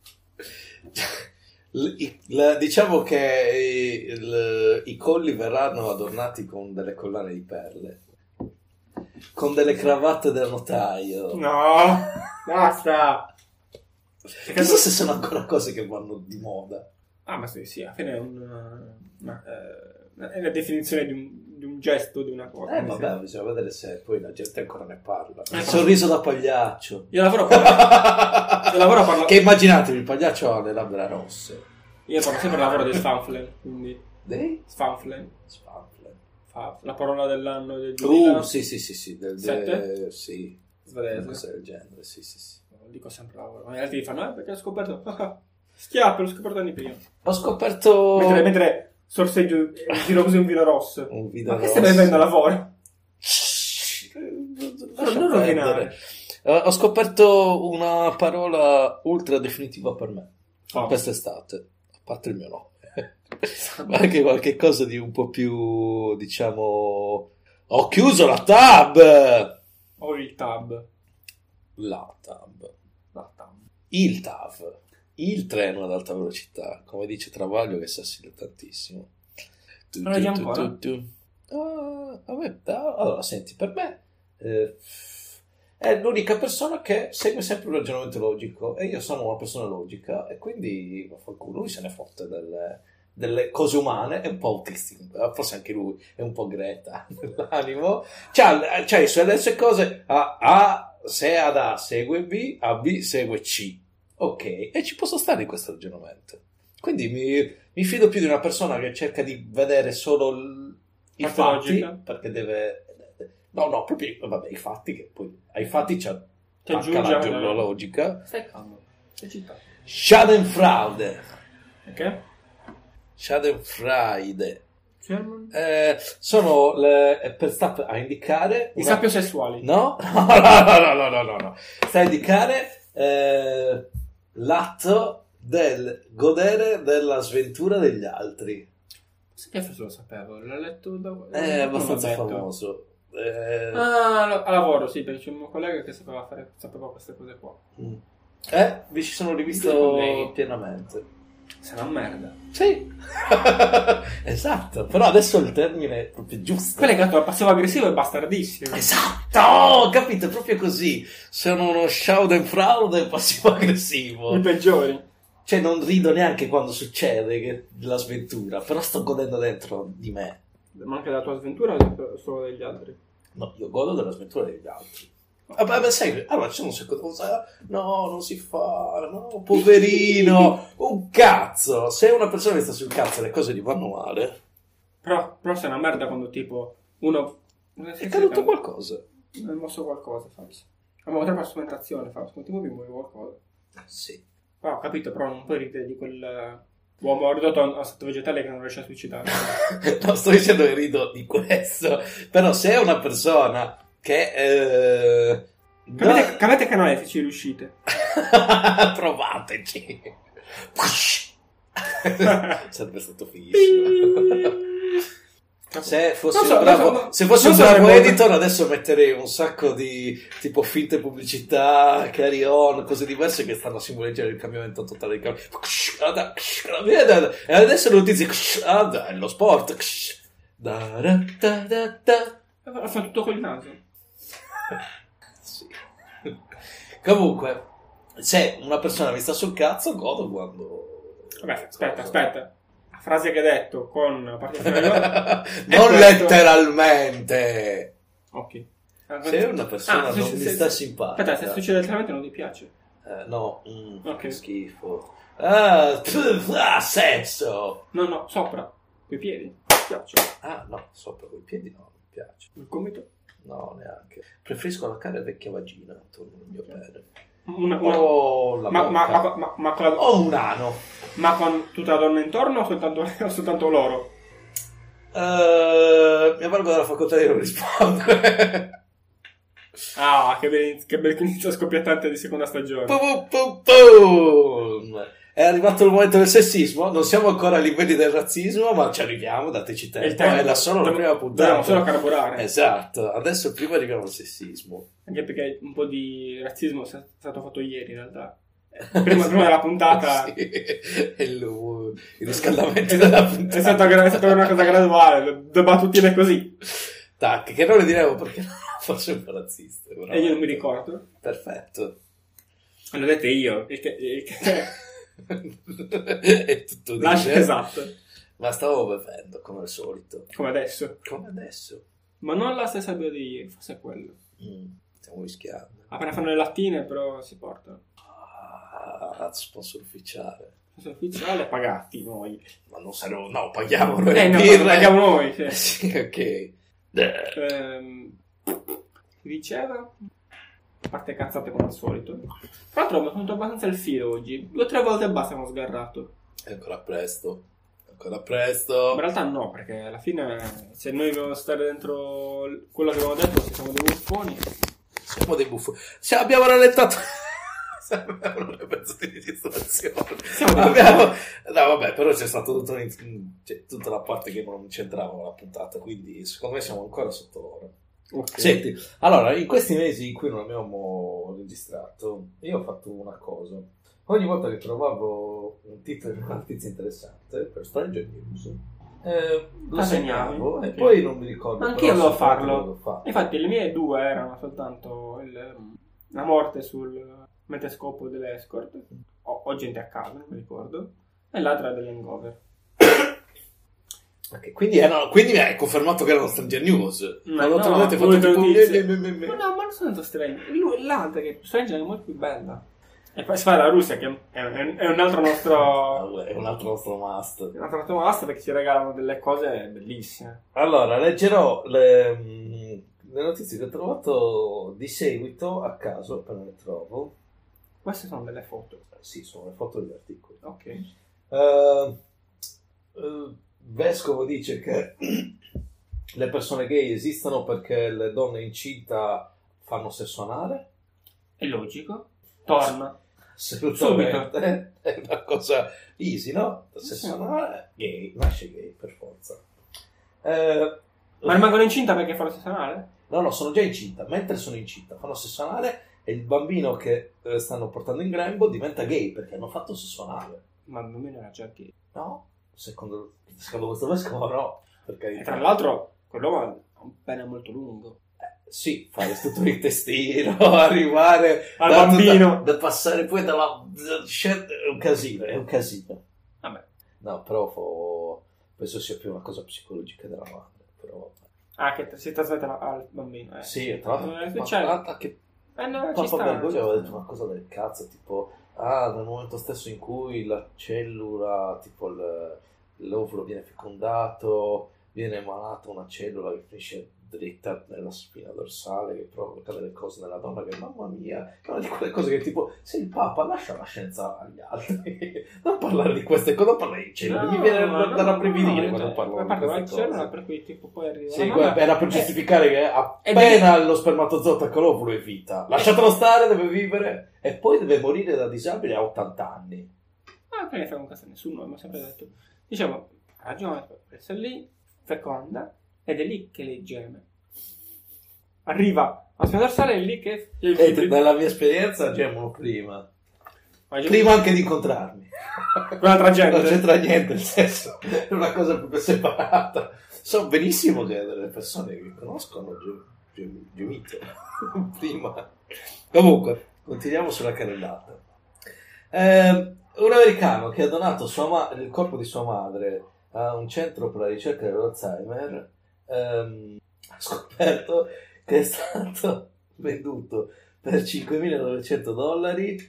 Diciamo che i colli verranno adornati con delle collane di perle, con delle cravatte del notaio. No, basta. Chissà se sono ancora cose che vanno di moda. Ah, ma sì, alla fine è la definizione di un gesto, di una cosa. Vabbè, bisogna vedere se poi la gente ancora ne parla. Il sorriso da pagliaccio. Io lavoro a Che immaginatevi, il pagliaccio ha le labbra rosse. Io parlo sempre del lavoro di Sfanflen, quindi... Dei? Sfanflen. La parola dell'anno del 2000. Sì. 7? Sì. Svedese. Del genere, sì. Lo dico sempre lavoro. Ma gli altri fanno, perché l'ho scoperto? Schiappe, l'ho scoperto anni prima. Ho scoperto... Mentre sorseggio giro così un vino rosso. Un vino rosso. Ma che stai bevendo a lavoro? Non rovinare. Ho scoperto una parola ultra definitiva per me. Quest'estate. A parte il mio nome. Ma anche qualche cosa di un po' più, diciamo... Ho chiuso la tab! O il tab. La tab. Il TAV. Il treno ad alta velocità. Come dice Travaglio che sa tantissimo. Non leggi ancora? Allora, senti, per me è l'unica persona che segue sempre un ragionamento logico e io sono una persona logica e quindi lui se ne fotte delle cose umane, è un po' autistico, forse anche lui è un po' Greta nell'animo, c'ha le sue cose, se ad A segue B, a B segue C, ok, e ci posso stare in questo ragionamento, quindi mi fido più di una persona che cerca di vedere solo i fatti, perché deve... No, proprio, vabbè, i fatti, che poi ai fatti c'è anche la logica. Stai calmo, sei citato. Schadenfreude. Ok? Schadenfreude, Sono per sta a indicare i sapiosessuali. No. Sta a indicare l'atto del godere della sventura degli altri. Che forse lo sapevo, l'ho letto è abbastanza famoso. A lavoro, sì, perché c'è un mio collega che sapeva queste cose qua. Vi ci sono rivisto pienamente. Sei una merda. Sì. Esatto, però adesso il termine è proprio giusto. Quello è legato al passivo aggressivo e bastardissimo. Esatto, capito, proprio così. Sono uno schadenfreude passivo aggressivo. I peggiori. Cioè non rido neanche quando succede la sventura, però sto godendo dentro di me. Ma anche della tua sventura o solo degli altri? No, io godo della sventura degli altri. Vabbè, sai, allora c'è un secondo cosa. No, non si fa, no, poverino. Un cazzo. Se una persona mi sta sul cazzo e le cose gli vanno male. Però sei una merda quando tipo uno... È caduto qualcosa. È mosso qualcosa, forse. Avevo troppa strumentazione, forse. Come ti muovi qualcosa. Sì. Ho capito, però non puoi ridere di quel uomo ridotto a un stato vegetale che non riesce a suicidare. No, sto dicendo che rido di questo. Però se è una persona che... Cambiate canale se ci riuscite. Provateci. Sarebbe stato fighissimo. Se fossi un bravo editor adesso metterei un sacco di tipo finte pubblicità, carry on, cose diverse che stanno a simboleggiare il cambiamento totale del e adesso le notizie lo sport fa tutto col naso. Sì. Comunque se una persona mi sta sul cazzo godo quando aspetta la frase che hai detto con non letteralmente. Ok. Se una persona non mi sta simpatica. Aspetta, se succede letteralmente non ti piace. No, okay. Che schifo. Sesso. No, sopra coi piedi mi piace. No, sopra coi piedi no, mi piace. Il gomito? No, neanche. Preferisco la cara e vecchia vagina attorno al mio pene. Ma con o un ano. Ma con tutta la donna intorno o soltanto loro? Mi avvalgo della facoltà di non rispondere. Che bel inizio scoppiettante di seconda stagione. È arrivato il momento del sessismo. Non siamo ancora a livelli del razzismo, ma ci arriviamo, dateci tempo. È solo la prima puntata. Dobbiamo solo carburare. Esatto, adesso prima arriviamo al sessismo. Anche perché un po' di razzismo è stato fatto ieri in realtà. Prima della puntata. Sì, il riscaldamento della puntata. È stata una cosa graduale, due battutine così. Tac, che non le diremo perché forse è un po' razzista. E io non mi ricordo. Perfetto. L'ho detto io. È tutto esatto. Ma stavo bevendo come al solito. Come adesso. Ma non la stessa birra di ieri, forse è quello. Stiamo rischiando. Appena fanno le lattine però si portano. Sponsor ufficiale. Pagati noi. Ma non saremo. No, paghiamo noi. Paghiamo noi. Sì. Sì, ok. Diceva, a parte cazzate come al solito. Tra l'altro mi è venuto abbastanza il filo oggi. 2 o 3 volte e basta mi ho sgarrato. È ancora presto. Ma in realtà no, perché alla fine se noi dobbiamo stare dentro quello che abbiamo detto, se siamo dei buffoni. Siamo dei buffoni. Abbiamo rallentato. Abbiamo un pezzo di distrazione. No, vabbè, però c'è stato tutta la parte che non c'entrava con la puntata, quindi secondo me siamo ancora sotto l'ora. Okay. Senti, allora, in questi mesi in cui non abbiamo registrato, io ho fatto una cosa. Ogni volta che trovavo un titolo di una notizia interessante per Stranger News, lo segnavo e poi non mi ricordo. Anch'io devo farlo. Infatti le mie 2 erano soltanto la morte sul metescopo dell'escort, o gente a casa, non mi ricordo, e l'altra dell'hangover. Okay, quindi mi hai confermato che erano Stranger News. Ma non ma non sono tanto Stranger. L'altra che Stranger è molto più bella. E poi si fa la Russia, che è un altro nostro. È un altro nostro must. Un altro nostro must perché ci regalano delle cose bellissime. Allora, leggerò le notizie che ho trovato di seguito a caso, appena le trovo. Queste sono delle foto. Sì, sono le foto degli articoli. Ok. vescovo dice che le persone gay esistono perché le donne incinta fanno sesso anale. È logico. Torna. Assolutamente. È una cosa easy, no? Sesso anale, gay, nasce gay per forza. Ma rimangono incinta perché fanno sesso anale? No, sono già incinta. Mentre sono incinta fanno sesso anale e il bambino che stanno portando in grembo diventa gay perché hanno fatto sesso anale. Ma il bambino era già gay. No? Secondo questo vescovo no. E tra l'altro quell'uomo ha un pene molto lungo. Sì, fare tutto il intestino, arrivare al bambino. Da passare poi dalla... È un casino. Vabbè. No, però penso sia più una cosa psicologica della madre. Però... che si è trasmetta al bambino. Sì, tra l'altro... Che... no, ci sta. Poi aveva detto una cosa del cazzo, tipo... nel momento stesso in cui la cellula, tipo l'ovulo viene fecondato, viene emanata una cellula che finisce dritta nella spina dorsale, che provoca delle cose nella donna che, mamma mia, è una di quelle cose che tipo, sei il Papa, lascia la scienza agli altri, non parlare di queste cose, non parlare di cellule, mi viene da rabbrividire quando parlo di queste cose. Per cui tipo poi arriva... Sì, era per giustificare che appena lo spermatozoo attacca l'ovulo è vita, lasciatelo stare, deve vivere e poi deve morire da disabile a 80 anni. Che ne frega un cazzo a nessuno, mi ha sempre detto. Diciamo, ha ragione, essere lì, feconda, ed è lì che lei geme. Arriva a spina dorsale, è lì che... Nella mia esperienza gemono prima. Prima anche di incontrarmi. Un'altra gente. Non c'entra niente, nel senso, è una cosa proprio separata. So benissimo che delle persone che conoscono gemito prima. Comunque, continuiamo sulla carrellata. Un americano che ha donato il corpo di sua madre a un centro per la ricerca dell'Alzheimer ha scoperto che è stato venduto per $5.900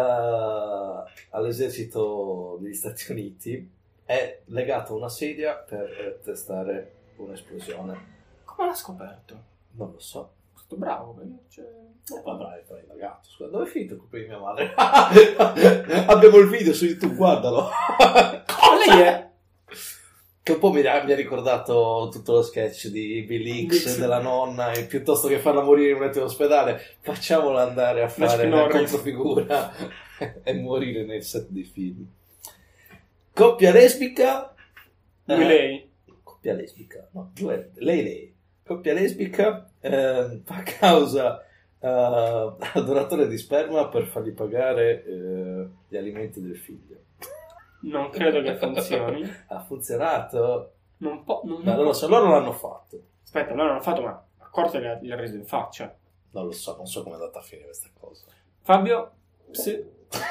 all'esercito degli Stati Uniti. È legato a una sedia per testare un'esplosione. Come l'ha scoperto? Non lo so. È stato bravo, Vabbè, è legato. Scusa, dove è finito il colpo di mia madre? Abbiamo il video su YouTube, guardalo. Lei è... Che un po' mi ha ricordato tutto lo sketch di Bill Hicks della nonna, e piuttosto che farla morire in un letto in ospedale, facciamola andare a fare una controfigura e morire nel set dei film. Coppia lesbica. Lei. Coppia lesbica. No, lei. Coppia lesbica fa causa al donatore di sperma per fargli pagare gli alimenti del figlio. Non credo che funzioni. Ha funzionato? Non lo so, loro l'hanno fatto. Aspetta, loro l'hanno fatto, ma a corte gli ha reso in faccia. Non lo so, non so come è andata a finire questa cosa. Fabio? Sì.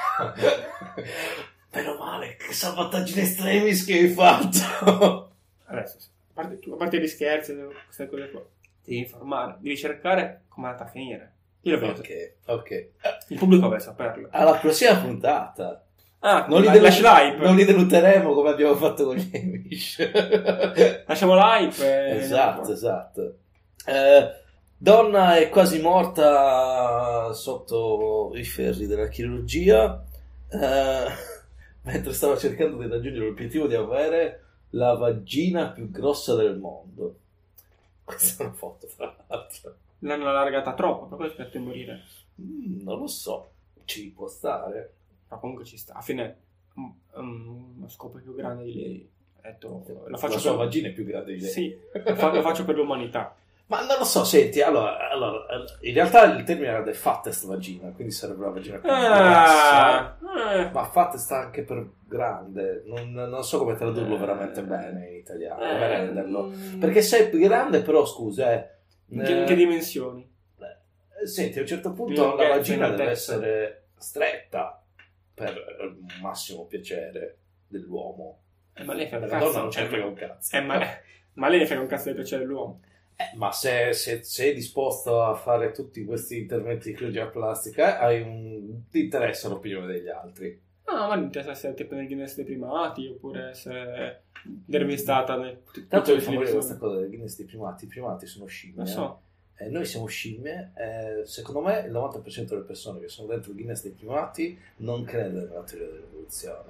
Meno male, che salvataggine estremis che hai fatto. Adesso, a parte gli scherzi, queste cose qua, devi informare, devi cercare come è andata a finire. Io lo vedo. Ok. Il pubblico deve saperlo. Alla prossima puntata. Non li deluteremo come abbiamo fatto con gli Amish. Lasciamo l'hype. Esatto. Donna è quasi morta sotto i ferri della chirurgia mentre stava cercando di raggiungere l'obiettivo di avere la vagina più grossa del mondo. Questa è una foto, tra l'altro. L'hanno allargata troppo, proprio aspetta di morire. Non lo so, ci può stare. Ma comunque ci sta. A fine uno scopo più grande di lei. La sua vagina è più grande di lei. Sì, lo faccio per l'umanità. Ma non lo so, senti, allora in realtà il termine era the fattest vagina, quindi sarebbe la vagina più grassa. Ma fattest sta anche per grande, non so come tradurlo veramente bene in italiano, come renderlo. Perché se è più grande, però scusa, in che dimensioni? Senti, a un certo punto la vagina deve essere stretta per il massimo piacere dell'uomo. Ma lei fa un cazzo. La donna non c'è frega un cazzo. Ma lei ne frega un cazzo del piacere dell'uomo. Ma se sei disposto a fare tutti questi interventi di chirurgia plastica, ti interessa l'opinione degli altri. No, ma non interessa se è tipo nel Guinness dei primati, oppure se è intervistata tanto mi fa morire questa cosa del Guinness dei primati. I primati sono scimmie. Lo so. Noi siamo scimmie. Secondo me il 90% delle persone che sono dentro il Guinness dei primati non crede nella teoria dell'evoluzione.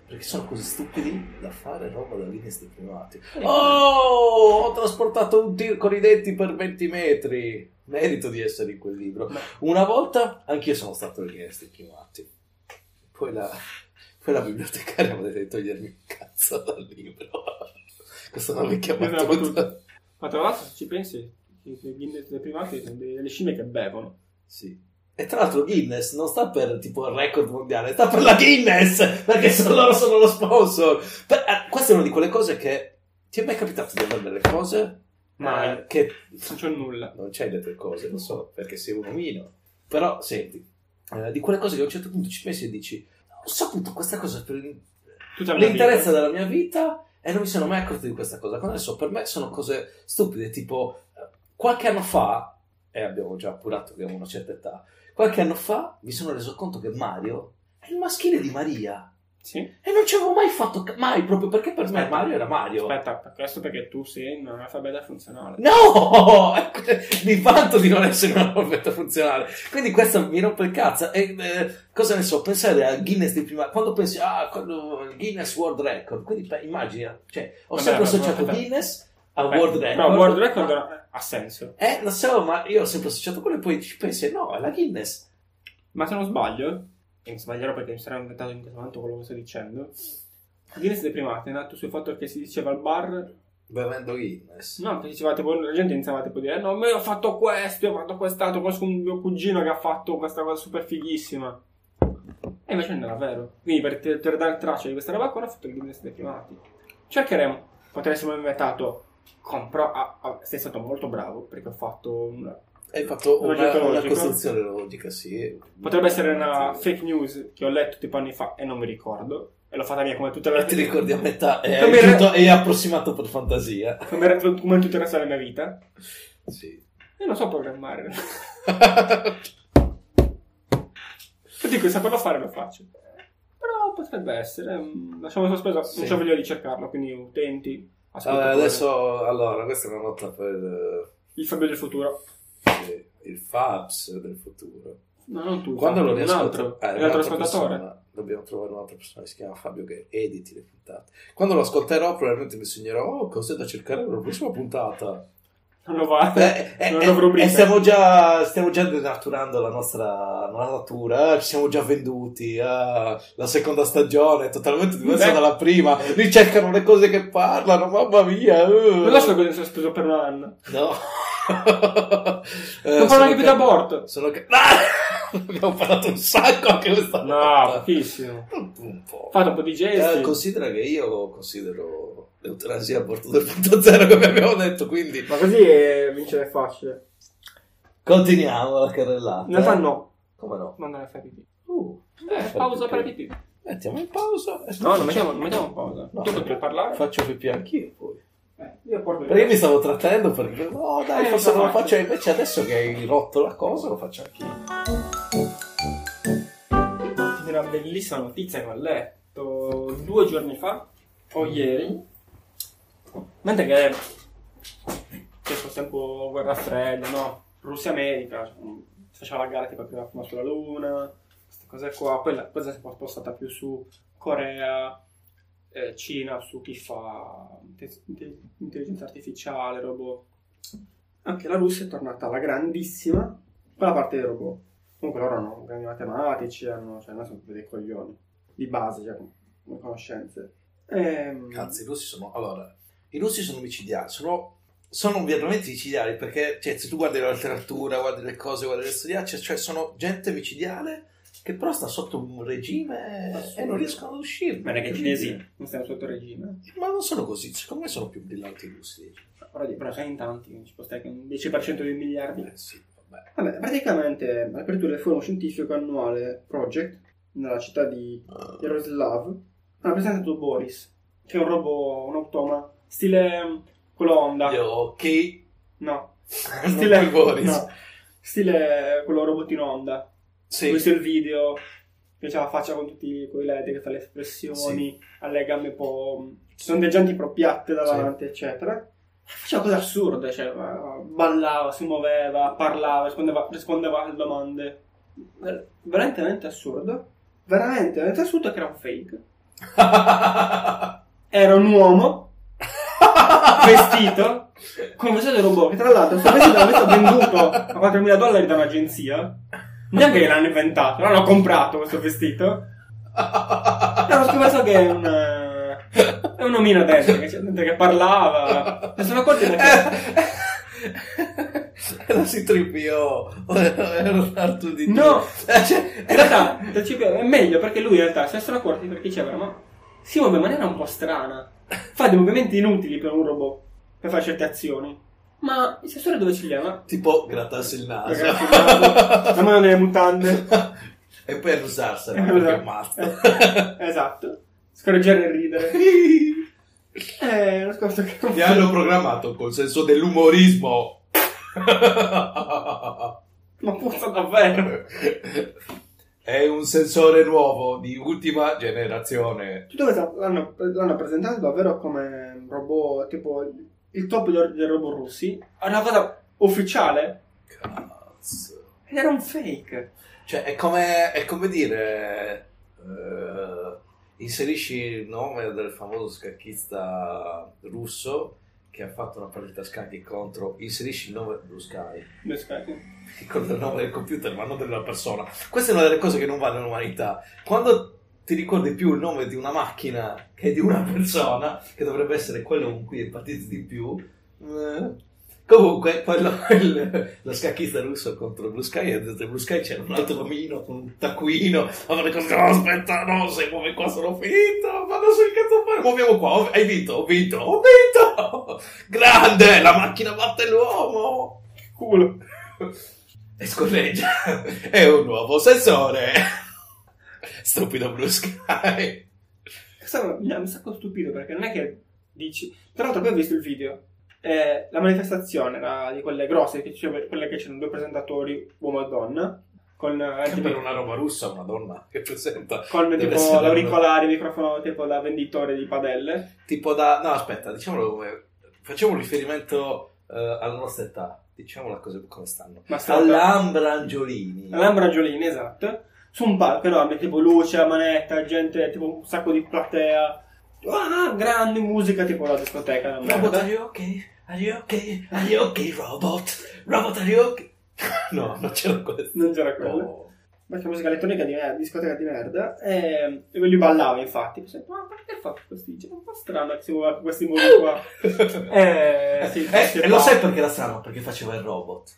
Perché sono così stupidi da fare roba da Guinness dei primati. Oh, ho trasportato un tir con i denti per 20 metri. Merito di essere in quel libro. Una volta anch'io sono stato al Guinness dei primati. Poi la bibliotecaria mi ha detto di togliermi il cazzo dal libro. Questa è una vecchia battuta. Ma tra l'altro, se ci pensi, i Guinness dei primati sono delle scimmie che bevono. Sì. E tra l'altro Guinness non sta per tipo il record mondiale, sta per la Guinness, perché loro sono lo sponsor. Questa è una di quelle cose che ti è mai capitato di avere delle cose? Ma che non c'è nulla. Non c'hai le tue cose, lo so, perché sei un omino. Però senti, di quelle cose che a un certo punto ci pensi e dici ho saputo questa cosa per l'interezza della mia vita e non mi sono mai accorto di questa cosa. Adesso per me sono cose stupide, tipo qualche anno fa, e abbiamo già appurato che abbiamo una certa età, qualche anno fa mi sono reso conto che Mario è il maschile di Maria. Sì. E non ci avevo mai fatto mai, proprio perché per me Mario era Mario. Aspetta, questo perché tu sei un analfabeta funzionale. No! Mi vanto di non essere un analfabeta funzionale. Quindi questo mi rompe il cazzo. E cosa ne so, pensare al Guinness di prima. Quando pensi, quando Guinness World Record. Quindi immagina, cioè, ho sempre associato Guinness a World Record. No, World Record ha senso. Lo so, ma io ho sempre associato quello e poi ci pensi, no, è la Guinness. Ma se non sbaglio, e mi sbaglierò perché mi sarà inventato in questo momento quello che sto dicendo, Guinness dei primati è nato sul fatto che si diceva al bar bevendo Guinness. No, che diceva tipo, la gente iniziava tipo a dire no, ma io ho fatto questo, io ho fatto quest'altro, conosco un mio cugino che ha fatto questa cosa super fighissima. E invece non era vero. Quindi per dare traccia di questa roba qua ho fatto il Guinness dei primati. Cercheremo. Potressimo aver inventato sei stato molto bravo perché ho fatto hai fatto una costruzione logica, sì. Potrebbe essere una fake news che ho letto tipo anni fa e non mi ricordo. E l'ho fatta mia come tutte le altre. Ti ricordi a metà e approssimato per fantasia. Come in tutto il resto della mia vita. Sì. Io non so programmare. Dico, saperlo fare lo faccio. Però potrebbe essere. Lasciamo sospeso. Sì. Non c'ho voglia di cercarlo, quindi utenti. Adesso, allora, questa è una nota per il Fabio del futuro. Sì, il Fabs del futuro. No, non tu. Quando lo un altro ascoltatore. Dobbiamo trovare un'altra persona che si chiama Fabio che editi le puntate. Quando lo ascolterò probabilmente mi segnerò cose da cercare per la prossima puntata. Non lo va. E stiamo già denaturando la nostra natura. Ci siamo già venduti. La seconda stagione è totalmente diversa dalla prima. Ricercano le cose che parlano. Mamma mia. Non lascio che sono speso per un anno. No. Non parlo neanche più d'aborto. Abbiamo parlato un sacco anche questa volta. No, pochissimo. Un po'. Fate un po' di gesti. Considera che io considero l'eutanasia aborto 2.0 come abbiamo detto, quindi. Ma così vincere è facile. Continuiamo la carrellata. In realtà no. Come no? Mandare a fare pipì. Pausa per pipì. Mettiamo in pausa. No, non mettiamo in pausa. No, tu potrai parlare. Faccio pipì anch'io poi. Io perché mi stavo trattenendo perché forse non lo faccio, invece adesso che hai rotto la cosa lo faccio anch'io. Una bellissima notizia che ho letto 2 giorni fa o ieri, mentre che c'è sul tempo guerra fredda, no? Russia-America, si faceva la gara tipo prima sulla Luna, queste cose qua, poi la cosa si è spostata più su Corea, Cina, su chi fa intelligenza artificiale, robot. Anche la Russia è tornata alla grandissima quella parte dei robot. Comunque loro hanno grandi matematici, non sono dei coglioni di base, cioè come conoscenze. Cazzo, i russi sono micidiali, sono veramente micidiali perché cioè, se tu guardi la letteratura, guardi le cose, guardi le studiacce, cioè sono gente micidiale che però sta sotto un regime e non riescono ad uscire. Ma non è che i cinesi non stanno sotto regime? Ma non sono così, secondo me sono più brillanti i russi. Però sei in tanti, ci può stare che un 10% dei miliardi. Sì, vabbè, praticamente all'apertura del forum scientifico annuale Project nella città di Yaroslav hanno presentato Boris, che è un robot, un automa, stile quello Honda. Gli occhi? No. Stile Boris. No. Stile quello robotino Honda. Sì. Ho visto il video che c'ha la faccia con tutti quei led che fa le espressioni, sì. Ha le gambe un po' sondeggianti però piatte davanti, sì. Eccetera. Faceva cose assurde, cioè ballava, si muoveva, parlava, rispondeva alle domande. Veramente assurdo. Veramente assurdo che era un fake. Era un uomo vestito come un vestito robot, che tra l'altro questo vestito l'aveva venduto a $4.000 da un'agenzia. Neanche che l'hanno inventato, l'hanno comprato questo vestito. E ho scoperto che è un omino dentro, che parlava. E sono accorti perché... Era C-3PO, era un R2D2. No, in realtà è meglio, perché lui in realtà si sono accorti perché diceva, ma si muove in maniera un po' strana, fa dei movimenti inutili per un robot per fare certe azioni, ma i sensori dove ce li ha? Tipo grattarsi il naso, la mano nelle mutande e poi annusarsela perché è matto. Esatto, scorreggere e ridere. Mi hanno programmato col senso dell'umorismo. Ma puzza davvero. È un sensore nuovo di ultima generazione. Dove l'hanno presentato davvero come robot, tipo il top dei robot russi. È una cosa ufficiale. Cazzo. Ed era un fake. Cioè è come dire inserisci il nome del famoso scacchista russo che ha fatto una partita a scacchi contro, inserisci il nome Blue Sky. Ricordo il nome del computer ma non della persona. Questa è una delle cose che non va nell'umanità. Quando ti ricordi più il nome di una macchina che di una persona, che dovrebbe essere quello con cui empatizzi di più. Comunque lo scacchista russo contro Blue Sky, e dentro Blue Sky c'era un altro omino con un taccuino. Aspetta, no, se muove qua sono finito, vado sul cazzo fare, muoviamo qua, hai vinto, ho vinto, grande, la macchina batte l'uomo, culo, e scorreggia, è un nuovo sensore. Stupido Blue Sky. Questo mi ha un sacco stupito, perché non è che dici, tra l'altro poi ho visto il video. La manifestazione era di quelle grosse, quelle che c'erano due presentatori, uomo e donna, con per una roba russa una donna che presenta con tipo l'auricolare, microfono tipo da venditore di padelle, tipo da, no aspetta, diciamolo come, facciamo un riferimento alla nostra età, diciamola così come stanno, all'Ambrangiolini, esatto, su un palco enorme, tipo luce, manetta, gente, tipo un sacco di platea, grande musica, tipo la discoteca. Robot, are you okay? Are you okay? Are you okay, robot? Robot, are you okay? No, non c'era questo. Non c'era quello. Oh. Perché musica elettronica di merda, discoteca di merda. E lui ballava, infatti. Ma perché fa questi? È un po' strano che si muove questi movi qua. E lo sai perché era strano? Perché faceva il robot.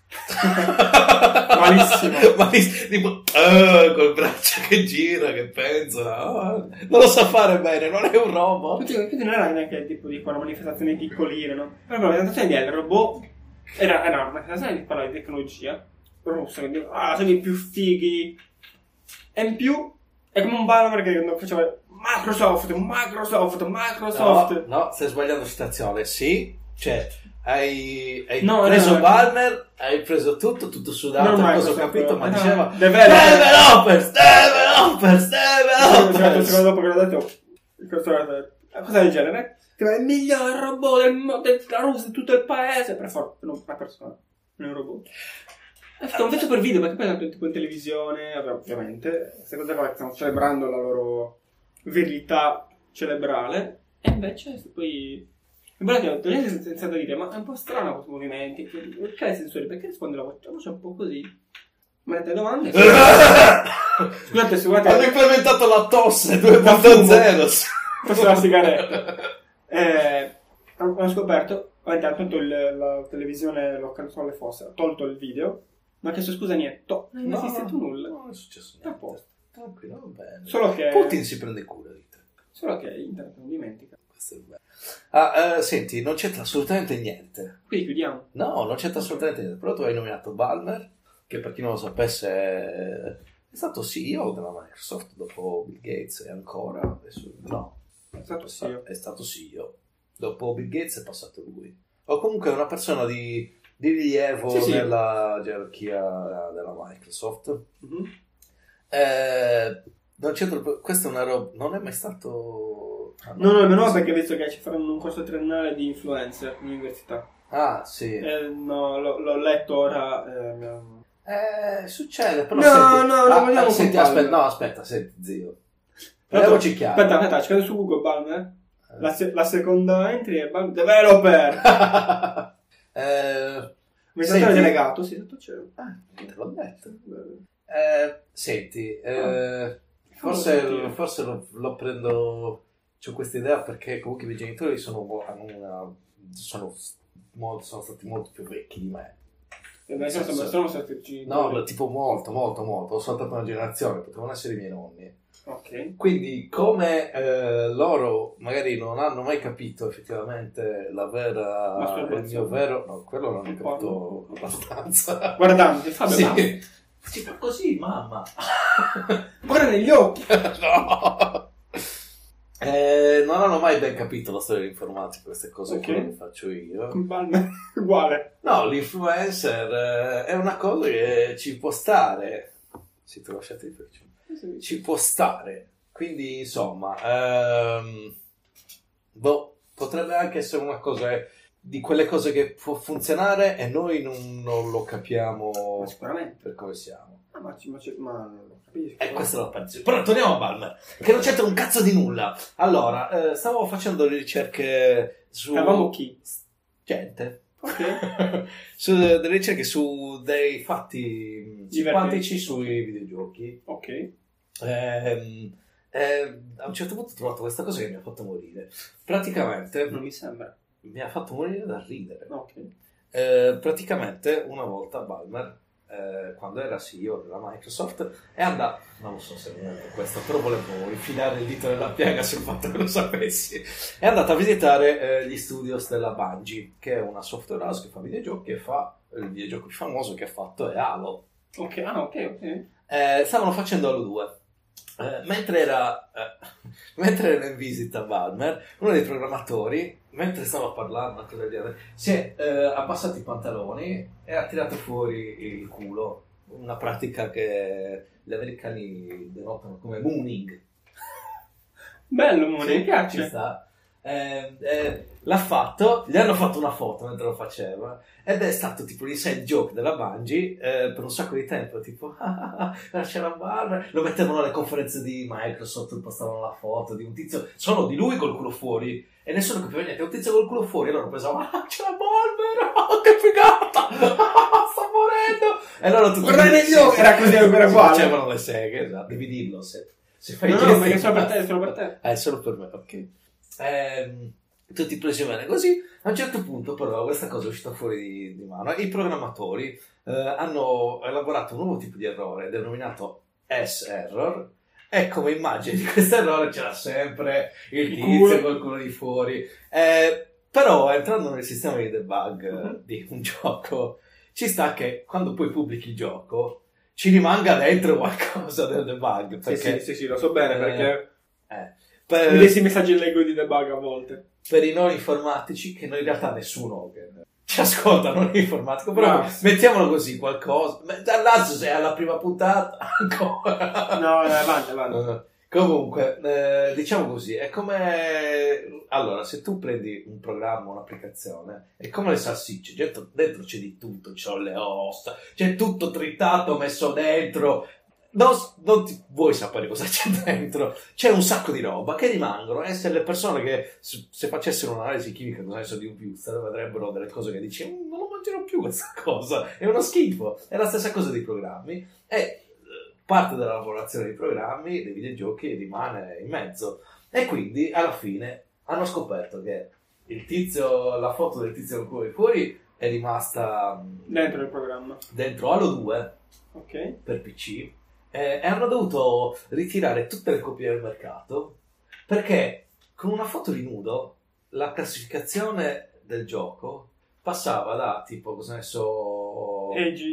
Malissimo. Tipo, col braccio che gira, che pensa. Non lo sa fare bene, non è un robot. Quindi non era neanche tipo di una manifestazione piccolina, no? Però la presentazione del robot era una manifestazione di parlare di tecnologia. Russo, quindi sono i più fighi, e in più è come un ballo perché faceva Microsoft. No, stai sbagliando citazione. Sì, cioè hai preso Balmer, hai preso tutto sudato, cosa ho capito, ma diceva developers. Secondo dopo che l'ho detto, cosa del genere? Tipo, è il miglior robot della Russia, di tutto il paese, per forza, non una persona, non un robot. È fatto un pezzo per video, perché poi è andato tipo in televisione, ovviamente. Queste cose qua stanno celebrando la loro virilità cerebrale. E invece poi... Guardate, ho iniziato a dire, ma è un po' strano questi movimenti. Perché i sensori? Perché risponde la voce un po' così? Mette domande. Scusate. Hanno implementato la tosse 2.0. Questa è la sigaretta. Hanno scoperto, hanno tolto la televisione, l'ho cancellato le fosse, ha tolto il video. Ma che scusa niente, non è esistito nulla. Non è successo niente. A posto. Tranquillo, va bene. Solo che Putin si prende cura di te. Solo che internet non dimentica. Questo è bello. Senti, non c'entra assolutamente niente. Qui chiudiamo. No, non c'entra assolutamente niente. Però tu hai nominato Ballmer, che per chi non lo sapesse è stato CEO della Microsoft dopo Bill Gates e ancora adesso no. È stato CEO. Dopo Bill Gates è passato lui. O comunque è una persona di rilievo nella gerarchia della Microsoft. Non c'entra, questa è una roba, non è mai stato no, perché visto che ci faranno un corso triennale di influencer in università. Sì. No, l'ho letto ora. Succede, però no, senti, aspetta, senti, zio. Parliamoci chiaro. Aspetta, cercate su Google Balmer. La seconda entry è Balmer Developer. Amministratore delegato, sì, tutto c'è. Te l'ho detto. Senti, forse lo prendo. C'ho questa idea perché comunque i miei genitori sono stati molto più vecchi di me. Sono stati no, tipo molto. Ho saltato una generazione, potevano essere i miei nonni. Ok. Quindi, come loro magari non hanno mai capito effettivamente il mio vero. No, quello non ho capito abbastanza. Guardante, Fabio. Sì. Si fa così, mamma. Guarda negli occhi. No. Non hanno mai ben capito la storia dell'informatica, queste cose che non faccio io. Uguale. No, l'influencer è una cosa che ci può stare. Si te lo lasciate di ci può stare. Quindi, insomma, potrebbe anche essere una cosa di quelle cose che può funzionare e noi non lo capiamo sicuramente per come siamo. Ma non capisco. Questa è la parte. Però torniamo a Balmer, che non c'entra un cazzo di nulla. Allora, stavo facendo le ricerche su... Stavamo chi? Gente. Ok. Su delle ricerche su dei fatti simpatici sui videogiochi. Ok. A un certo punto ho trovato questa cosa che mi ha fatto morire. Praticamente... Non mi sembra. Mi ha fatto morire da ridere. Ok. Praticamente, una volta Balmer... quando era CEO della Microsoft è andato, non lo so se è questo, però volevo infilare il dito nella piaga sul fatto che lo sapessi, è andato a visitare gli studios della Bungie, che è una software house che fa videogiochi, e fa il videogioco più famoso che ha fatto è Halo. Ok. Stavano facendo Halo 2. Mentre era in visita a Balmer, uno dei programmatori, mentre stava parlando si è abbassato i pantaloni e ha tirato fuori il culo, una pratica che gli americani denotano come mooning. Bello mooning, piace. Ci sta. L'ha fatto, gli hanno fatto una foto mentre lo faceva ed è stato tipo l'inside joke della Bungie per un sacco di tempo, tipo c'era Balmer, lo mettevano alle conferenze di Microsoft, postavano la foto di un tizio solo di lui col culo fuori e nessuno capiva niente, un tizio col culo fuori e loro pensavano c'era Balmer, che figata, sta morendo, e loro tutti guarda negli occhi, era così, era uguale, facevano le seghe, esatto. Devi dirlo se fai no, perché solo per te è solo per me, ok. Tutti presi bene così. A un certo punto però questa cosa è uscita fuori di mano. I programmatori hanno elaborato un nuovo tipo di errore denominato S-error, e come immagine di questo errore c'era sempre il tizio col culo di fuori. Però entrando nel sistema di debug di un gioco ci sta che quando poi pubblichi il gioco ci rimanga dentro qualcosa del debug, perché sì, lo so bene, perché per questi messaggi leggo di debug a volte. Per i non informatici, che noi in realtà nessuno che ci ascolta non è informatico, però mettiamolo così, qualcosa. Dall'altro se è alla prima puntata ancora. No, avanti. Comunque, diciamo così, è come... Allora, se tu prendi un programma, un'applicazione, è come le salsicce, dentro c'è di tutto, ci sono le ossa, c'è tutto tritato, messo dentro... Non ti vuoi sapere cosa c'è dentro, c'è un sacco di roba che rimangono, e se le persone che se facessero un'analisi chimica con senso di un booster vedrebbero delle cose che dici non lo mangerò più questa cosa, è uno schifo. È la stessa cosa dei programmi, e parte della lavorazione dei programmi, dei videogiochi, rimane in mezzo, e quindi alla fine hanno scoperto che la foto del tizio con cui fuori è rimasta dentro il programma, dentro Halo 2 per PC. E hanno dovuto ritirare tutte le copie del mercato perché con una foto di nudo la classificazione del gioco passava da tipo, cosa ne so,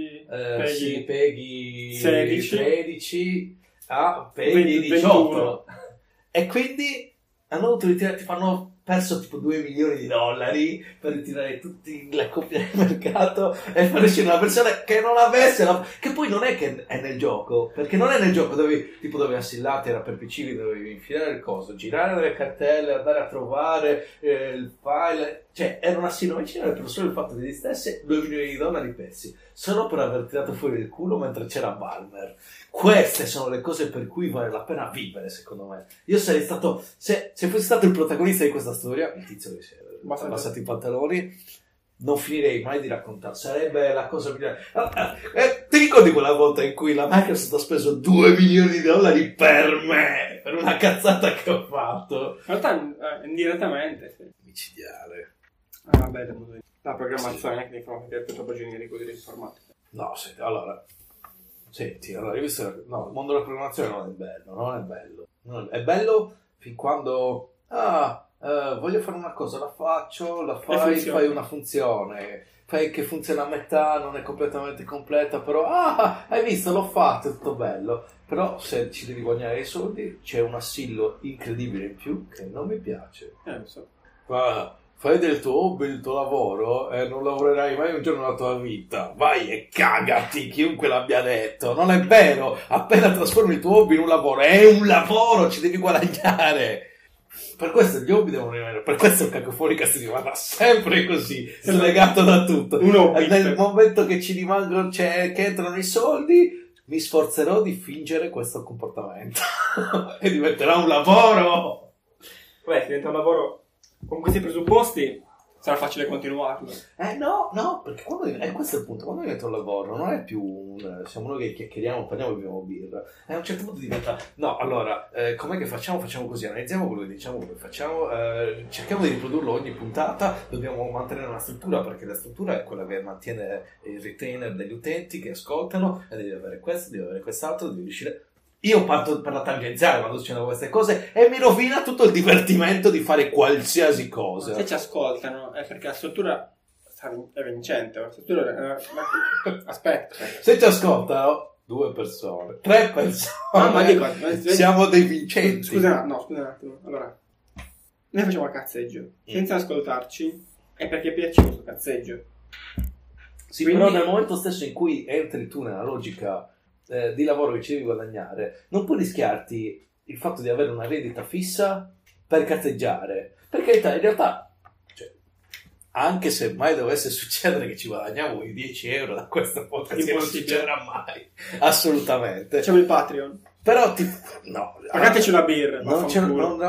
PEGI 13 a PEGI 18 e quindi hanno dovuto ritirare, perso tipo 2 milioni di dollari per ritirare tutte le copie del mercato e far uscire una versione che non avesse che poi non è che è nel gioco, perché non è nel gioco, dovevi assillarti, era per PC, dovevi infilare il coso, girare le cartelle, andare a trovare il file, cioè era un assillo medicinale per solo il fatto di stesse 2 milioni di dollari persi solo per aver tirato fuori il culo mentre c'era Balmer. Queste sono le cose per cui vale la pena vivere, secondo me. Io sarei stato, se fossi stato il protagonista di questa storia, il tizio che si è abbassato i pantaloni, non finirei mai di raccontare, sarebbe la cosa migliore. Ti ricordi quella volta in cui la Microsoft ha speso 2 milioni di dollari per me, per una cazzata che ho fatto? In realtà indirettamente, sì. Micidiale. Vabbè, la programmazione che è più troppo generico dell'informatica. No, senti, allora, io visto, no, il mondo della programmazione non è bello. È bello fin quando, voglio fare una cosa, la fai una funzione, fai che funziona a metà, non è completamente completa, però, hai visto, l'ho fatto, è tutto bello. Però se ci devi guadagnare i soldi, c'è un assillo incredibile in più che non mi piace. Lo so. Fai del tuo hobby il tuo lavoro e non lavorerai mai un giorno della tua vita. Vai e cagati, chiunque l'abbia detto. Non è vero. Appena trasformi il tuo hobby in un lavoro, è un lavoro, ci devi guadagnare. Per questo gli hobby devono rimanere. Per questo il Cacofonica si rimane sempre così, slegato da tutto. Nel momento che ci rimangono, che entrano i soldi, mi sforzerò di fingere questo comportamento. E diventerà un lavoro. Beh, se diventa un lavoro con questi presupposti sarà facile continuarlo. No, perché questo è il punto, quando diventa un lavoro non è più siamo noi che chiacchieriamo, parliamo e beviamo birra, e a un certo punto diventa com'è che facciamo così, analizziamo quello che diciamo, quello che facciamo, cerchiamo di riprodurlo ogni puntata, dobbiamo mantenere una struttura, perché la struttura è quella che mantiene il retainer degli utenti che ascoltano, e devi avere questo, devi avere quest'altro, devi riuscire. Io parto per la tangenziale quando succedono queste cose e mi rovina tutto il divertimento di fare qualsiasi cosa. Se ci ascoltano è perché la struttura è vincente. La struttura aspetta. Se ci ascoltano 2 persone, 3 persone, ma dico, siamo dei vincenti. Scusa un attimo. Allora, noi facciamo il cazzeggio senza ascoltarci, è perché piace questo cazzeggio. Sì, quindi, però nel momento stesso in cui entri tu nella logica di lavoro che ci devi guadagnare, non puoi rischiarti il fatto di avere una rendita fissa per cazzeggiare, perché in realtà, cioè, anche se mai dovesse succedere che ci guadagniamo i 10 euro da questo podcast, non succederà mai, assolutamente. Facciamo il Patreon, però no, pagateci una birra, non ce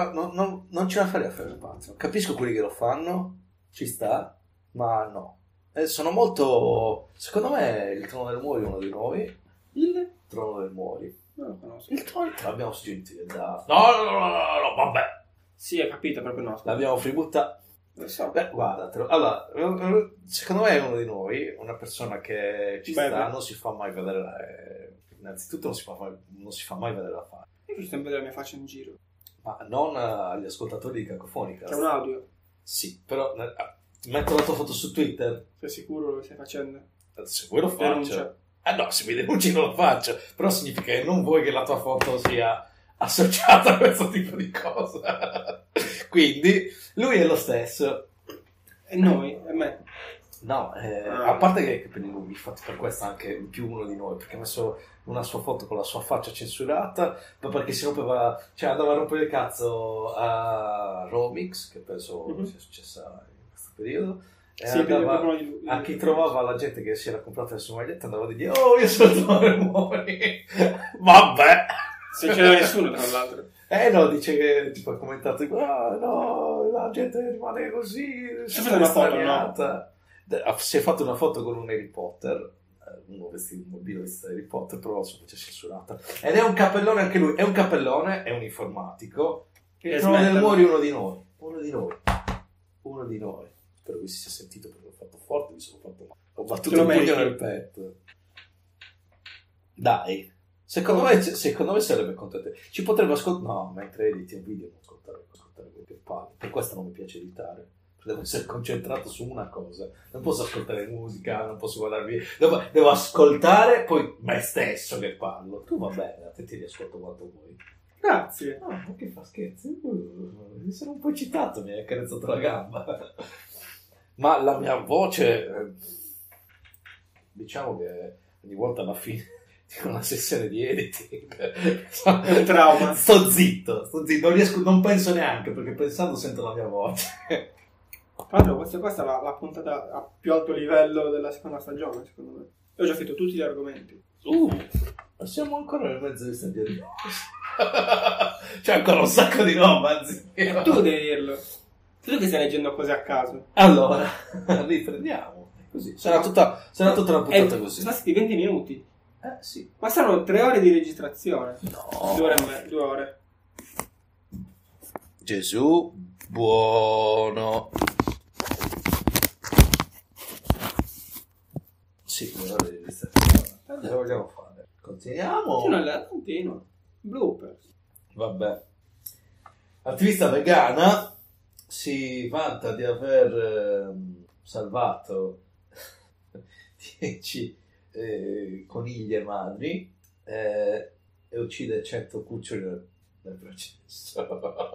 la farei a fare il Patreon. Capisco quelli che lo fanno, ci sta, ma no, sono molto, secondo me il Trono del Muori è uno di noi. Il Trono del Muori. Non lo conosco. Il Trono l'abbiamo sentito da... No, vabbè. Sì, hai capito, proprio no. L'abbiamo freebuttato. Lo so. Beh, guardatelo. Allora, secondo me è uno di noi, una persona che ci sta, non si fa mai vedere... Innanzitutto non si fa mai vedere la faccia. Io faccio sempre vedere la mia faccia in giro. Ma non agli ascoltatori di Cacofonica. C'è un audio? Sì, però... metto la tua foto su Twitter. Sei sicuro che lo stai facendo? Se vuoi lo faccio. No, se mi denunci non lo faccio, però significa che non vuoi che la tua foto sia associata a questo tipo di cosa. Quindi lui è lo stesso. E noi? E me? No, a parte che per lui, infatti per questo anche più uno di noi, perché ha messo una sua foto con la sua faccia censurata, ma perché si rompeva, cioè andava a rompere il cazzo a Romix, che penso sia successa in questo periodo. Sì, a chi trovava la gente che si era comprata le sue magliette andava a dire io sono il Trono del Muori. Vabbè, se c'era nessuno tra l'altro no, dice che tipo ha commentato no, la gente rimane così, si è fatto una foto con un Harry Potter, uno vestito un bambino vestito da Harry Potter, però la sua faccia censurata, ed è un cappellone anche lui, è un cappellone, è un informatico. Il Trono del Muori è uno di noi. Spero che si sia sentito, perché l'ho fatto forte, mi sono fatto male. Ho battuto il pugno nel petto. Dai, secondo me sarebbe contento. Ci potrebbe ascoltare. No, mentre editi un video non ascoltare quello che parli. Per questo non mi piace editare. Devo essere concentrato su una cosa. Non posso ascoltare musica, non posso guardarmi. Devo ascoltare poi me stesso che parlo. Tu va bene, a te ti riascolto quanto vuoi. Grazie. Ah, che fa scherzi? Mi sono un po' eccitato, mi hai accarezzato la gamba. Ma la mia voce, diciamo che ogni volta alla fine di una sessione di editing è un trauma. Sto zitto, non penso neanche, perché pensando sento la mia voce. Tra l'altro questa è la puntata a più alto livello della seconda stagione, secondo me. Io ho già finito tutti gli argomenti. Siamo ancora nel mezzo di stagione. C'è ancora un sacco di roba, zio. Tu devi dirlo. Tu che stai leggendo cose a caso. Allora, riprendiamo. Così. Sarà tutta una puntata così. Sono stati 20 minuti. Sì. Ma saranno 3 ore di registrazione. No. 2 ore e mezza, 2 ore. Gesù, buono. Sì, 2 ore di registrazione. Cosa vogliamo fare? Continuiamo? Continua. Bloopers. Vabbè. Attivista vegana si vanta di aver salvato 10 coniglie madri e uccide 100 cuccioli nel processo.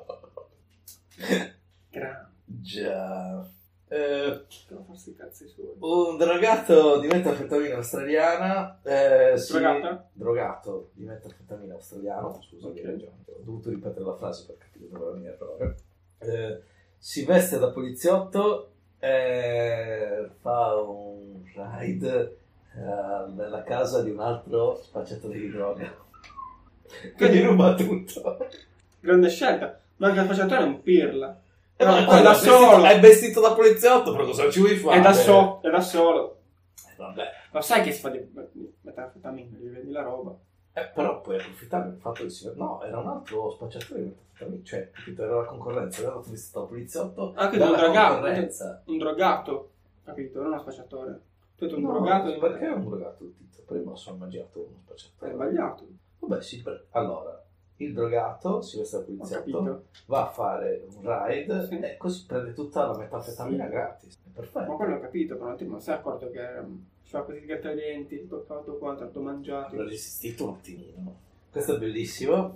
Già. Devo farsi i cazzi suoi. Un drogato di metanfetamina australiana. Drogato di metanfetamina australiano. Scusa, okay. Ho dovuto ripetere la frase per capire dove era il mio errore. Si veste da poliziotto e fa un raid nella casa di un altro spacciatore di droga. Che gli ruba tutto. Grande scelta. Ma anche il spacciatore è un pirla. Poi da solo è vestito da poliziotto, però cosa ci vuoi fare? È da solo. Vabbè. Lo sai che si fa di metanfetamina, gli vendi la roba. Però puoi approfittare del fatto che no, era un altro spacciatore di metanfetamina, cioè, capito, era la concorrenza, era vestito da poliziotto. Anche un drogato, capito, non uno spacciatore. Tu hai un drogato. Perché è un drogato il titolo? Prima sono immaginato uno spacciatore. È sbagliato. Vabbè, sì, allora. Il drogato si veste da poliziotto, va a fare un raid e così prende tutta la metanfetamina gratis. È perfetto. Ma quello ho capito, però non si è accorto che fa così grattadenti, toccato qua, tanto mangiato. L'ho resistito un attimino. Questo è bellissimo.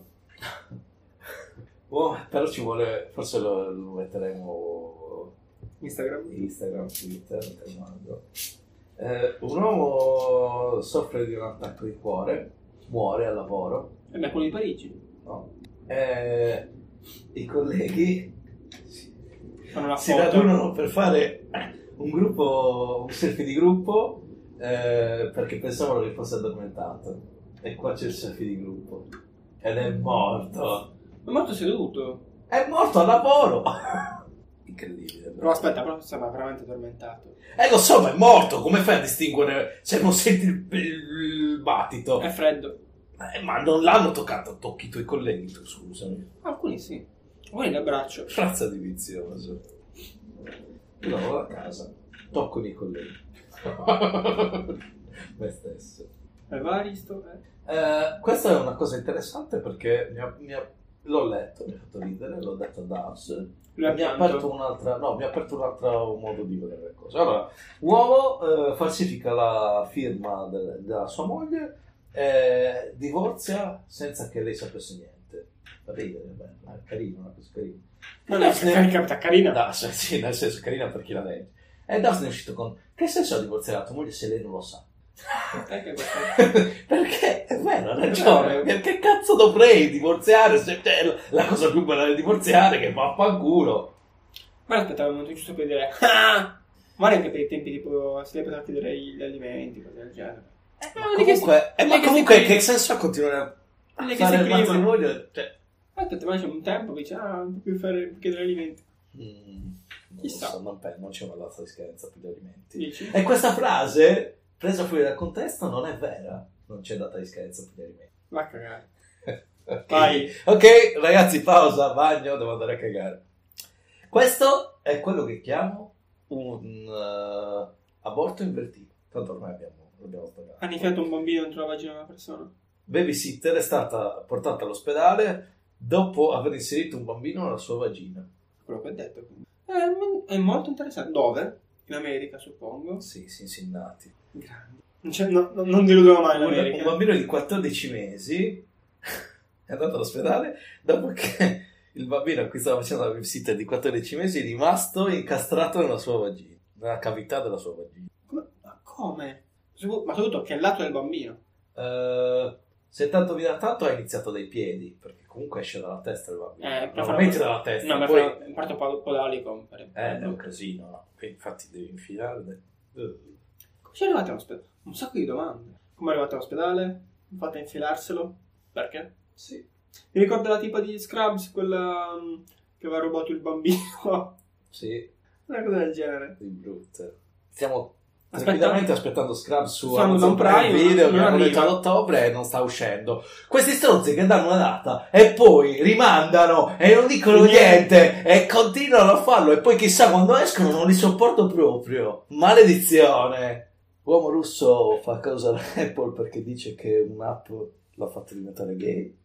Però ci vuole, forse lo metteremo Instagram, Twitter, un uomo soffre di un attacco di cuore, muore al lavoro. E quello di Parigi? No. I colleghi si foto. radunano per fare un selfie di gruppo perché pensavano che fosse addormentato. E qua c'è il selfie di gruppo. Ed è morto. È morto seduto. È morto al lavoro. Incredibile. Però aspetta, però stava veramente addormentato. Lo so, ma è morto. Come fai a distinguere se non senti il battito? È freddo. Ma non l'hanno tocchi i tuoi colleghi, tu, scusami. Alcuni sì. Alcuni l'abbraccio. Razza di vizioso. Io lavoro a casa. Tocco i miei colleghi. Me stesso. Questa è una cosa interessante perché l'ho letto, mi ha fatto ridere, l'ho detto a Davs. Mi ha aperto un altro modo di vedere le cose. Allora, uomo falsifica la firma della sua moglie, divorzia senza che lei sapesse niente. Va ridere, è carino, una cosa carina. Non è carina. No, sì, nel senso carina per chi la legge. E Davs ne è uscito con: che senso ha divorziato la tua moglie se lei non lo sa? Perché è vero, ha ragione. Perché cazzo dovrei divorziare se la cosa più bella di divorziare che vaffanculo. Ma aspettavo il momento giusto per dire ma anche per i tempi tipo se devi poter chiedere gli alimenti, cose del genere. Ma comunque che senso ha continuare a fare il matrimonio? Aspetta, ma c'è un tempo che dice non puoi chiedere alimenti. Chissà, non c'è una data di scadenza per gli alimenti. Dici? E questa frase presa fuori dal contesto non è vera. Non c'è data di scadenza per gli alimenti. Va a cagare. Vai. Ok, ragazzi, pausa, bagno, devo andare a cagare. Questo è quello che chiamo un aborto invertito. Tanto ormai l'abbiamo spiegato. Ha iniziato un bambino dentro la vagina di una persona. Babysitter è stata portata all'ospedale dopo aver inserito un bambino nella sua vagina. Quello che ho detto. È molto interessante. Dove? In America, suppongo. Sì, Cincinnati. Grande. Non deludono mai in America. Un bambino di 14 mesi è andato all'ospedale dopo che il bambino a cui stava facendo la babysitter di 14 mesi è rimasto incastrato nella sua vagina, nella cavità della sua vagina. Ma come? Ma soprattutto che è il lato del bambino. Se tanto vi da tanto ha iniziato dai piedi, perché comunque esce dalla testa il bambino. Normalmente dalla testa. No, ma poi... il parto podalico. È un casino, no? Quindi infatti devi infilare. Come sei arrivato all'ospedale? Un sacco di domande. Come è arrivato all'ospedale? Fate infilarselo? Perché? Sì. Mi ricordo la tipa di Scrubs, quella che aveva rubato il bambino. Sì. Una cosa del genere. Di brutte. Stiamo tranquillamente aspettando Scrubs su Amazon Prime Video che hanno detto ad ottobre e non sta uscendo. Questi stronzi che danno una data e poi rimandano e non dicono niente e continuano a farlo e poi chissà quando escono non li sopporto proprio. Maledizione. Uomo russo fa causa ad Apple perché dice che un'app l'ha fatto diventare gay.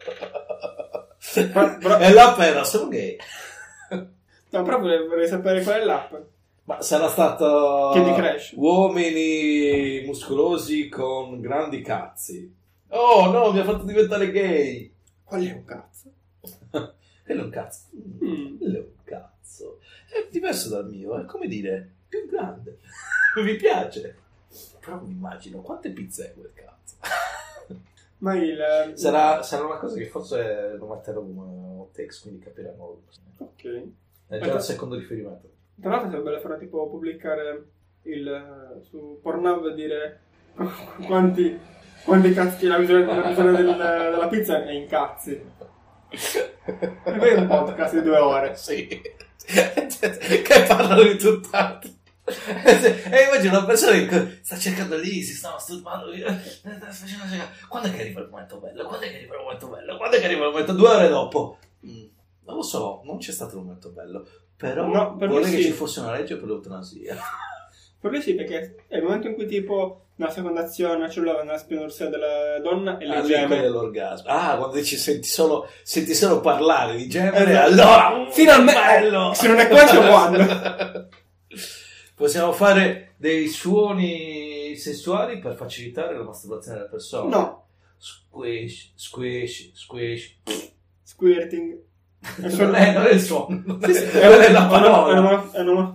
E l'app era solo gay. No, proprio vorrei sapere qual è l'app. Ma sarà stato Candy Crush. Uomini muscolosi con grandi cazzi. Oh no, mi ha fatto diventare gay. Qual è un cazzo? Quello è un cazzo. Quello è un cazzo. È diverso dal mio, è come dire più grande. Mi piace. Però mi immagino quante pizze è quel cazzo. Ma sarà una cosa che forse lo metterò come text, quindi capiranno. Ok. È già il secondo riferimento. Tra l'altro sarebbe bello fare tipo pubblicare su Pornhub e dire quanti cazzi la misura della pizza è in cazzi. E poi è un podcast di 2 ore. Sì. Che parlano di tutt'altro. E immagino una persona che sta cercando lì, si sta masturbando. Quando è che arriva il momento bello? Quando è che arriva il momento bello? Quando è che arriva il momento? 2 ore dopo. Non lo so, non c'è stato un momento bello. Però no, vorrei che ci fosse una legge per l'eutanasia. Per lui sì, perché è il momento in cui tipo nella seconda azione la cellula va nella spina dorsale della donna e le gemme dell'orgasmo. Quando ci senti solo parlare di gemere, allora finalmente bello. Se non è questo quando possiamo fare dei suoni sessuali per facilitare la masturbazione delle persone. No. Squish, squish, squish. Squirting. Non è il suono, sì. È la parola. È una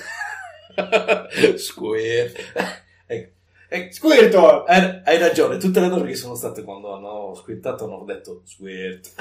Squirt. Squirtle. Hai ragione, tutte le donne che sono state quando hanno squirtato hanno detto squirt.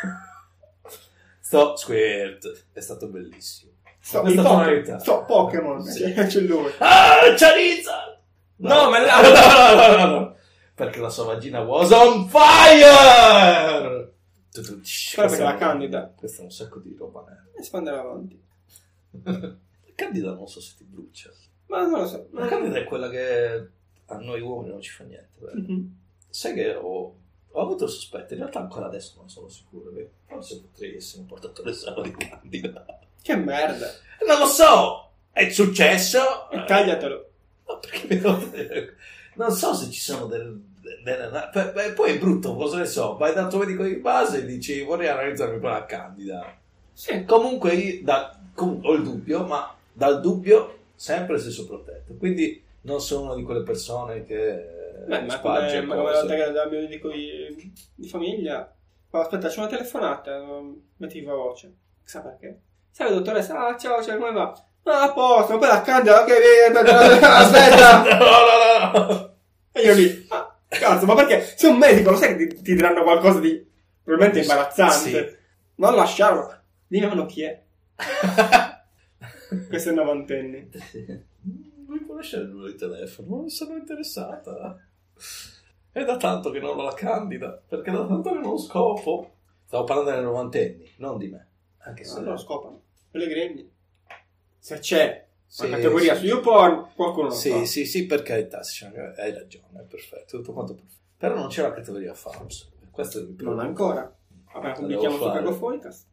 Squirt. È stato bellissimo. Pokémon. Sì. C'è lui. Charizard! No, ma là. No. Perché la sua vagina was on fire! Perché la candida. Questa è un sacco di roba. Espandere avanti. La candida non so se ti brucia. Ma non lo so. La candida è quella che a noi uomini non ci fa niente, vero? Mm-hmm. Sai che ho avuto il sospetto, in realtà ancora adesso non sono sicuro, che forse potrei essere un portatore sano di candida. Che merda. Non lo so, è successo. E tagliatelo. No, perché non so se ci sono poi è brutto, cosa ne so, vai dal tuo medico di base e dici vorrei analizzarmi per la candida. Sì. Comunque io ho il dubbio, ma dal dubbio sempre il stesso protetto, quindi non sono una di quelle persone che ma come la volta che dal mio medico di famiglia aspetta, c'è una telefonata, metti viva voce, sa perché? Sai dottoressa, ciao, come va? A posto, poi la candida che aspetta. No. E io lì, cazzo, ma perché? Sei un medico, lo sai che ti diranno qualcosa di probabilmente imbarazzante. Sì. Non lasciarlo. Dimmi almeno chi è. Questo è 90enni. Vuoi può lasciare il numero di telefono? Non sono interessata. È da tanto che non ho la candida, perché da tanto che non scopo. Stavo parlando dei 90enni, non di me. Anche se non scopano. Pellegrini. Se c'è una categoria su YouPorn, qualcuno lo fa. Sì, per carità, hai ragione, è perfetto, tutto quanto perfetto. Però non c'è la categoria Farms. Questo è il non ancora. Appena pubblichiamo su Cacofonicast.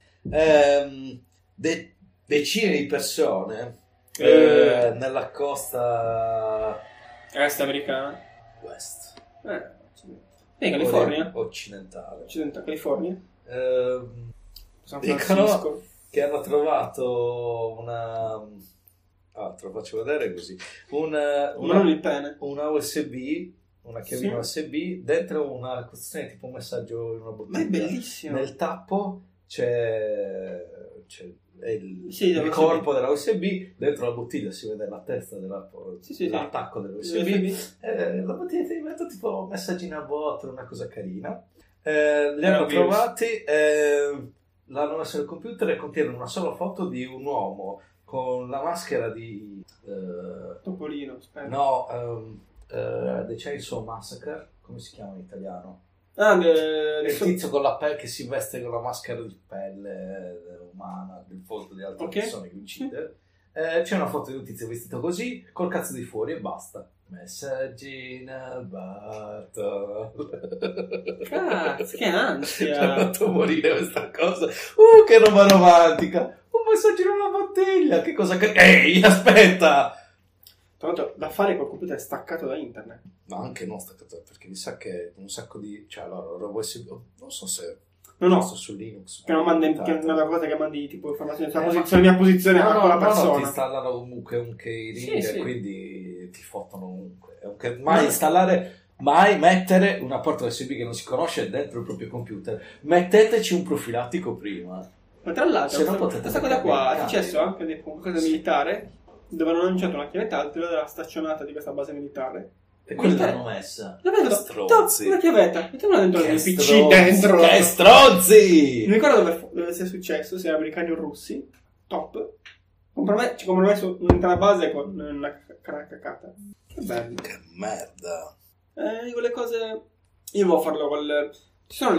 Decine di persone nella costa est americana. West. California? Occidentale. California? San Francisco. Che hanno trovato una... te lo faccio vedere così. Non il pene. Una USB una chiavina USB, dentro una costruzione tipo un messaggio in una bottiglia. Ma è bellissimo. Nel tappo c'è il corpo della USB, dentro la bottiglia si vede la testa l'attacco della USB. La bottiglia ti diventa tipo messaggino a vuoto, una cosa carina. Li hanno trovati, l'hanno messo nel computer e contiene una sola foto di un uomo con la maschera di Topolino, spero. No, The Chainsaw Massacre, come si chiama in italiano? Il tizio con la pelle che si veste con la maschera di pelle umana del volto di altre persone che uccide. C'è una foto di un tizio vestito così col cazzo di fuori e basta. Messaggina battle. Cazzo, che ansia. Mi ha fatto morire questa cosa. Che roba romantica. Un messaggino in una bottiglia. Che cosa che... Ehi, aspetta. Tra l'altro da fare col computer staccato da internet. No, anche non staccato, perché mi sa che un sacco di... Cioè, allora, roba USB... Non so se... No. Su Linux. Che non mandi... Che è una cosa che mandi tipo informazioni sulla mia posizione con la persona. No, ti installano comunque un keyring e quindi ti fottono comunque. Mai installare... Mai mettere una porta USB che non si conosce dentro il proprio computer. Metteteci un profilattico prima. Ma tra l'altro, se non potete questa cosa qua è successo anche con qualcosa militare, dove hanno lanciato una chiavetta alta della stazionata di questa base militare. E quelli l'hanno messa. Stronzi. Una chiavetta, mettiamola dentro il PC dentro. Che stronzi! Non ricordo dove sia successo, se americani o russi. Top. Ci comprano messo un'intera base con una cacata. Che bello. Che merda. Quelle cose... Io volevo farlo ci sono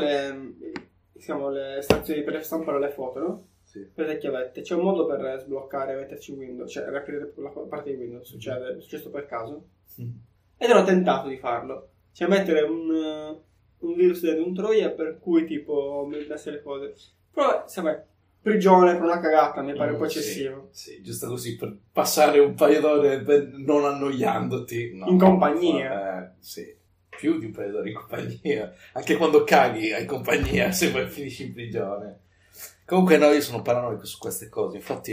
le stazioni per stampare le foto, no? Sì. Per le chiavette. C'è un modo per sbloccare e metterci Windows, cioè riaprire la parte di Windows. È successo per caso. Ed ho tentato di farlo. Cioè mettere un virus dentro un troia per cui tipo mettesse le cose. Però, sai, prigione per una cagata mi pare un po' eccessivo. Sì, giusto così per passare un paio d'ore non annoiandoti. No, in compagnia. Sì, più di un paio d'ore in compagnia. Anche quando caghi hai compagnia se poi finisci in prigione. Comunque no, io sono paranoico su queste cose, infatti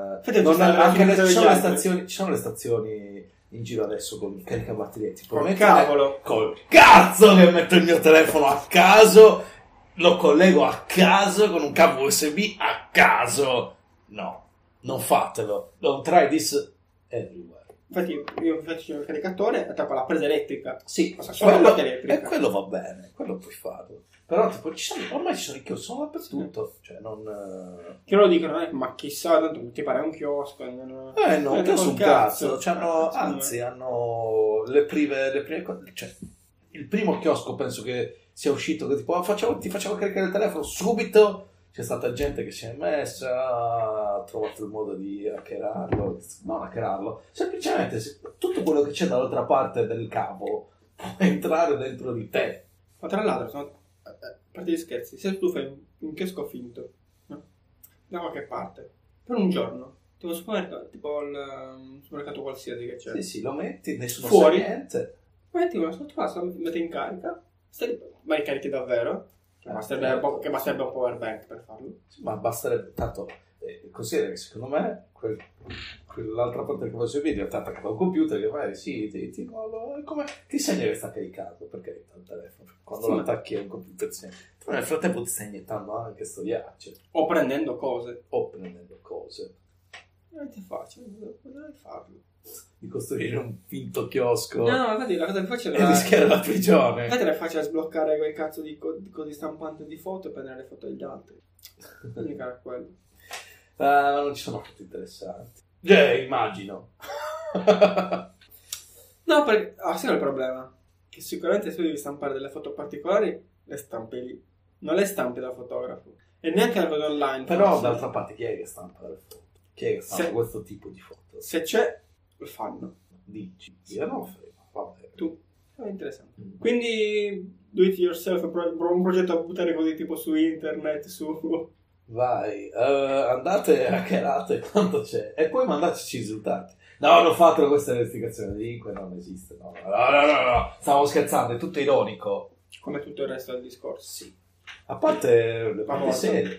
ci sono le stazioni in giro adesso con il caricabatterie, tipo col cavolo. Col cazzo che metto il mio telefono a caso, lo collego a caso con un cavo USB a caso. No, non fatelo. Don't try this everywhere. Infatti io faccio il caricatore, attacco la presa elettrica. Sì, quello, elettrica. E quello va bene, quello puoi farlo. Però tipo ormai ci sono i chioschi, sono dappertutto. Cioè non... Che lo dicono, ma chissà, tanto ti pare un chiosco. No, che su un cazzo. Anzi, hanno le prime cose. Cioè, il primo chiosco penso che sia uscito che tipo ti facciamo caricare il telefono subito. C'è stata gente che si è messa, ha trovato il modo di hackerarlo, semplicemente tutto quello che c'è dall'altra parte del cavo può entrare dentro di te. Ma tra l'altro, a parte gli scherzi, se tu fai un chiosco finto, no? Da qualche parte, per un giorno, tipo il supermercato qualsiasi che c'è. Sì, lo metti, nessuno fuori, sa niente. Metti una sottopasso, metti in carica, ma ricarichi davvero? Che basterebbe un power bank per farlo. Sì, ma basterebbe tanto. Considera che secondo me quell'altra parte del cavo USB è diventata attaccato a un computer che magari ti segna che sta caricando per caricare il telefono. Quando lo attacchi a un computer nel frattempo ti stai iniettando anche sto ghiaccio. O prendendo cose. Veramente facile, potrei farlo. Di costruire un finto chiosco. No, infatti la cosa più facile è rischiare la prigione. Infatti è facile sbloccare quel cazzo di cose stampanti di foto e prendere le foto degli altri. Quindi era quello. Ma non ci sono foto interessanti. Immagino. No, perché sai il problema? Che sicuramente se tu devi stampare delle foto particolari, le stampi lì. Non le stampi da fotografo. E neanche le cose online. Però d'altra parte chi è che stampa le foto? Chi è che stampa questo tipo di foto? Se c'è, lo fanno. Dici, io non lo frego. Vabbè. Tu. È interessante. Quindi do it yourself, un progetto a buttare così tipo su internet, su... Vai, andate hackerate quanto c'è e poi mandateci i risultati. No, non fatelo, questa è l'investigazione di Inque, non esiste. No. Stavo scherzando, è tutto ironico. Come tutto il resto del discorso. Sì. A parte le parti serie.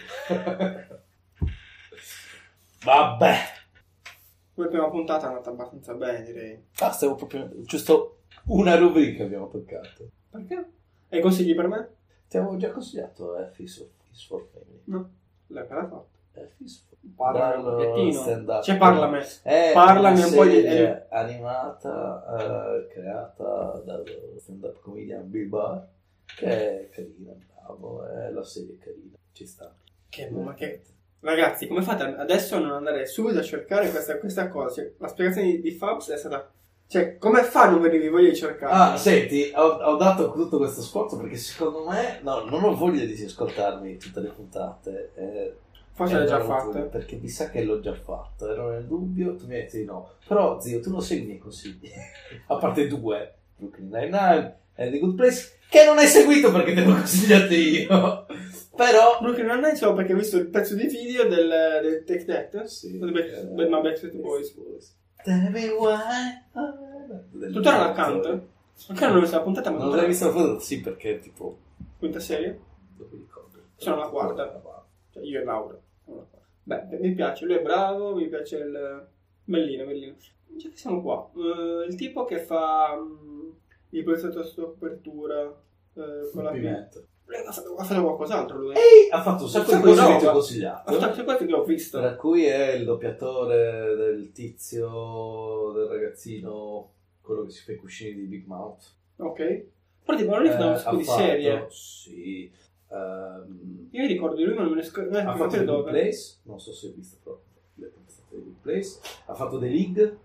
Vabbè. L'ultima puntata è andata abbastanza bene, direi. Stavo proprio giusto una rubrica abbiamo toccato. Perché? E consigli per me? Ti avevo già consigliato F is for Family. No, l'hai appena fatto. F is for Parlami un pochettino. stand-up. Cioè, parlami un po' di... animata, creata dal stand-up comedian Bill Burr, che è carina, bravo, la serie è carina, ci sta. Ragazzi, come fate adesso a non andare subito a cercare questa cosa? Cioè, la spiegazione di Fabs è stata... Cioè, come fa a non venire voglia di cercare? Senti, ho dato tutto questo sforzo perché secondo me... No, non ho voglia di ascoltarmi tutte le puntate. Forse l'hai già fatta. Perché mi sa che l'ho già fatto, ero nel dubbio, tu mi hai detto di no. Però, zio, tu non segui i miei consigli. A parte 2, Brooklyn Nine-Nine e The Good Place, che non hai seguito perché te l'ho consigliato io. Però... Brooklyn Nine-Nine solo perché ho visto il pezzo di video del Take That. Sì. Bad My Backstreet Boys. Tell me why. Tuttora la canto? Ancora non l'ho vista la puntata, ma... Non l'hai vista la foto? Sì, perché tipo... Quinta serie? Non mi ricordo. Se non la guarda. Cioè, io e Laura. Beh, mi piace, lui è bravo, mi piace il... Bellino. Già che siamo qua. Il tipo che fa il poliziotto sotto copertura con la Pimenta. Ha fatto qualcos'altro lui. Ehi, ha fatto un sacco di cose che ti ho consigliato. Ha fatto qualche che ho visto. Tra cui è il doppiatore del tizio, del ragazzino, quello che si fa i cuscini di Big Mouth. Ok. Però tipo non è un sacco di serie. Sì. Io mi ricordo di lui, ma non me ne scordo. Ha fatto The Good Place, non so se hai visto proprio le puntate di Good Place. Ha fatto The League.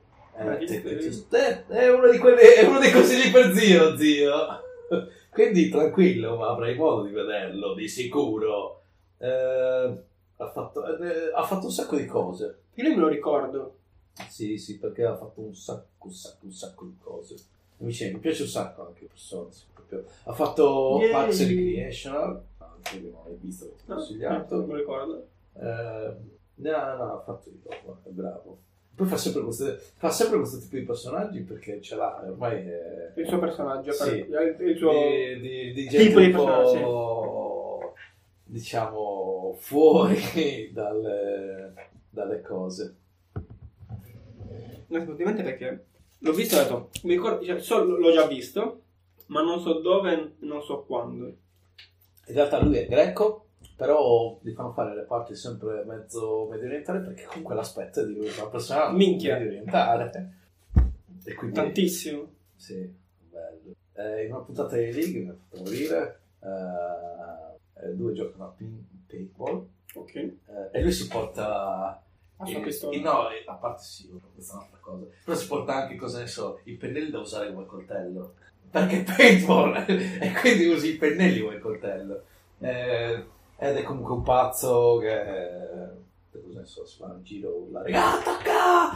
È uno dei consigli per zio. Quindi tranquillo, ma avrai modo di vederlo, di sicuro. Ha fatto un sacco di cose. Io me lo ricordo. Sì, perché ha fatto un sacco di cose. Mi piace un sacco anche persone. Ha fatto Parks and Recreational, che non hai visto, che ti ho consigliato. Non me lo ricordo. No, ha fatto di dopo, è bravo. Poi fa sempre questo tipo di personaggi perché ce l'ha, ormai è... Il suo personaggio, sì, il suo di gente tipo di un personaggio, po', diciamo, fuori dalle cose. No, effettivamente perché l'ho visto e ho detto, mi ricordo, l'ho già visto, ma non so dove, non so quando. In realtà lui è greco, però gli fanno fare le parti sempre medio orientale perché comunque l'aspetto è di una persona medio orientale. E quindi, tantissimo. Sì, bello. In una puntata di League mi ha fatto morire. 2 giocano a paintball. Ok. E lui si porta... No, a parte sì, questa è un'altra cosa. Però si porta anche, cosa ne so, i pennelli da usare come coltello. Perché paintball! E quindi usi i pennelli come coltello. Ed è comunque un pazzo che... cosa ne so, si fa in giro urlare Gattaca!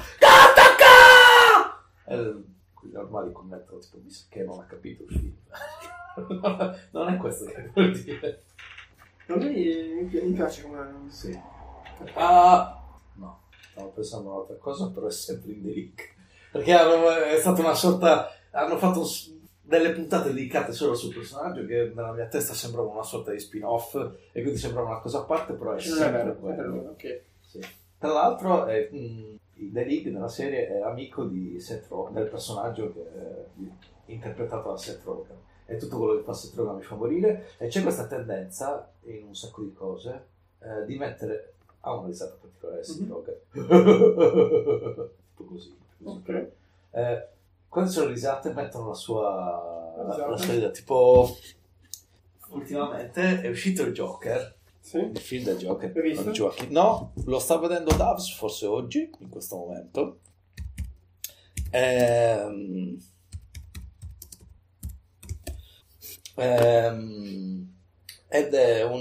E quelli normali commettono tipo che non ha capito il film. Non è questo che vuol dire. A me mi piace come... Sì. No, stavo pensando a un'altra cosa, però è sempre in The League. Perché è stata una sorta... Hanno fatto delle puntate dedicate solo sul personaggio che nella mia testa sembrava una sorta di spin-off e quindi sembrava una cosa a parte, però è sempre quello. Okay. Sì. Tra l'altro The League nella serie è amico di Seth Rogen, del personaggio che è interpretato da Seth Rogen, e tutto quello che fa Seth Rogen mi fa morire, e c'è questa tendenza in un sacco di cose di mettere una risata particolare Seth Rogen tipo così. Ok. Quando sono risate mettono la sua idea, tipo ultimamente è uscito il Joker. Sì. Il film del Joker. L'hai visto? No, lo sta vedendo Davs forse oggi, in questo momento. Ed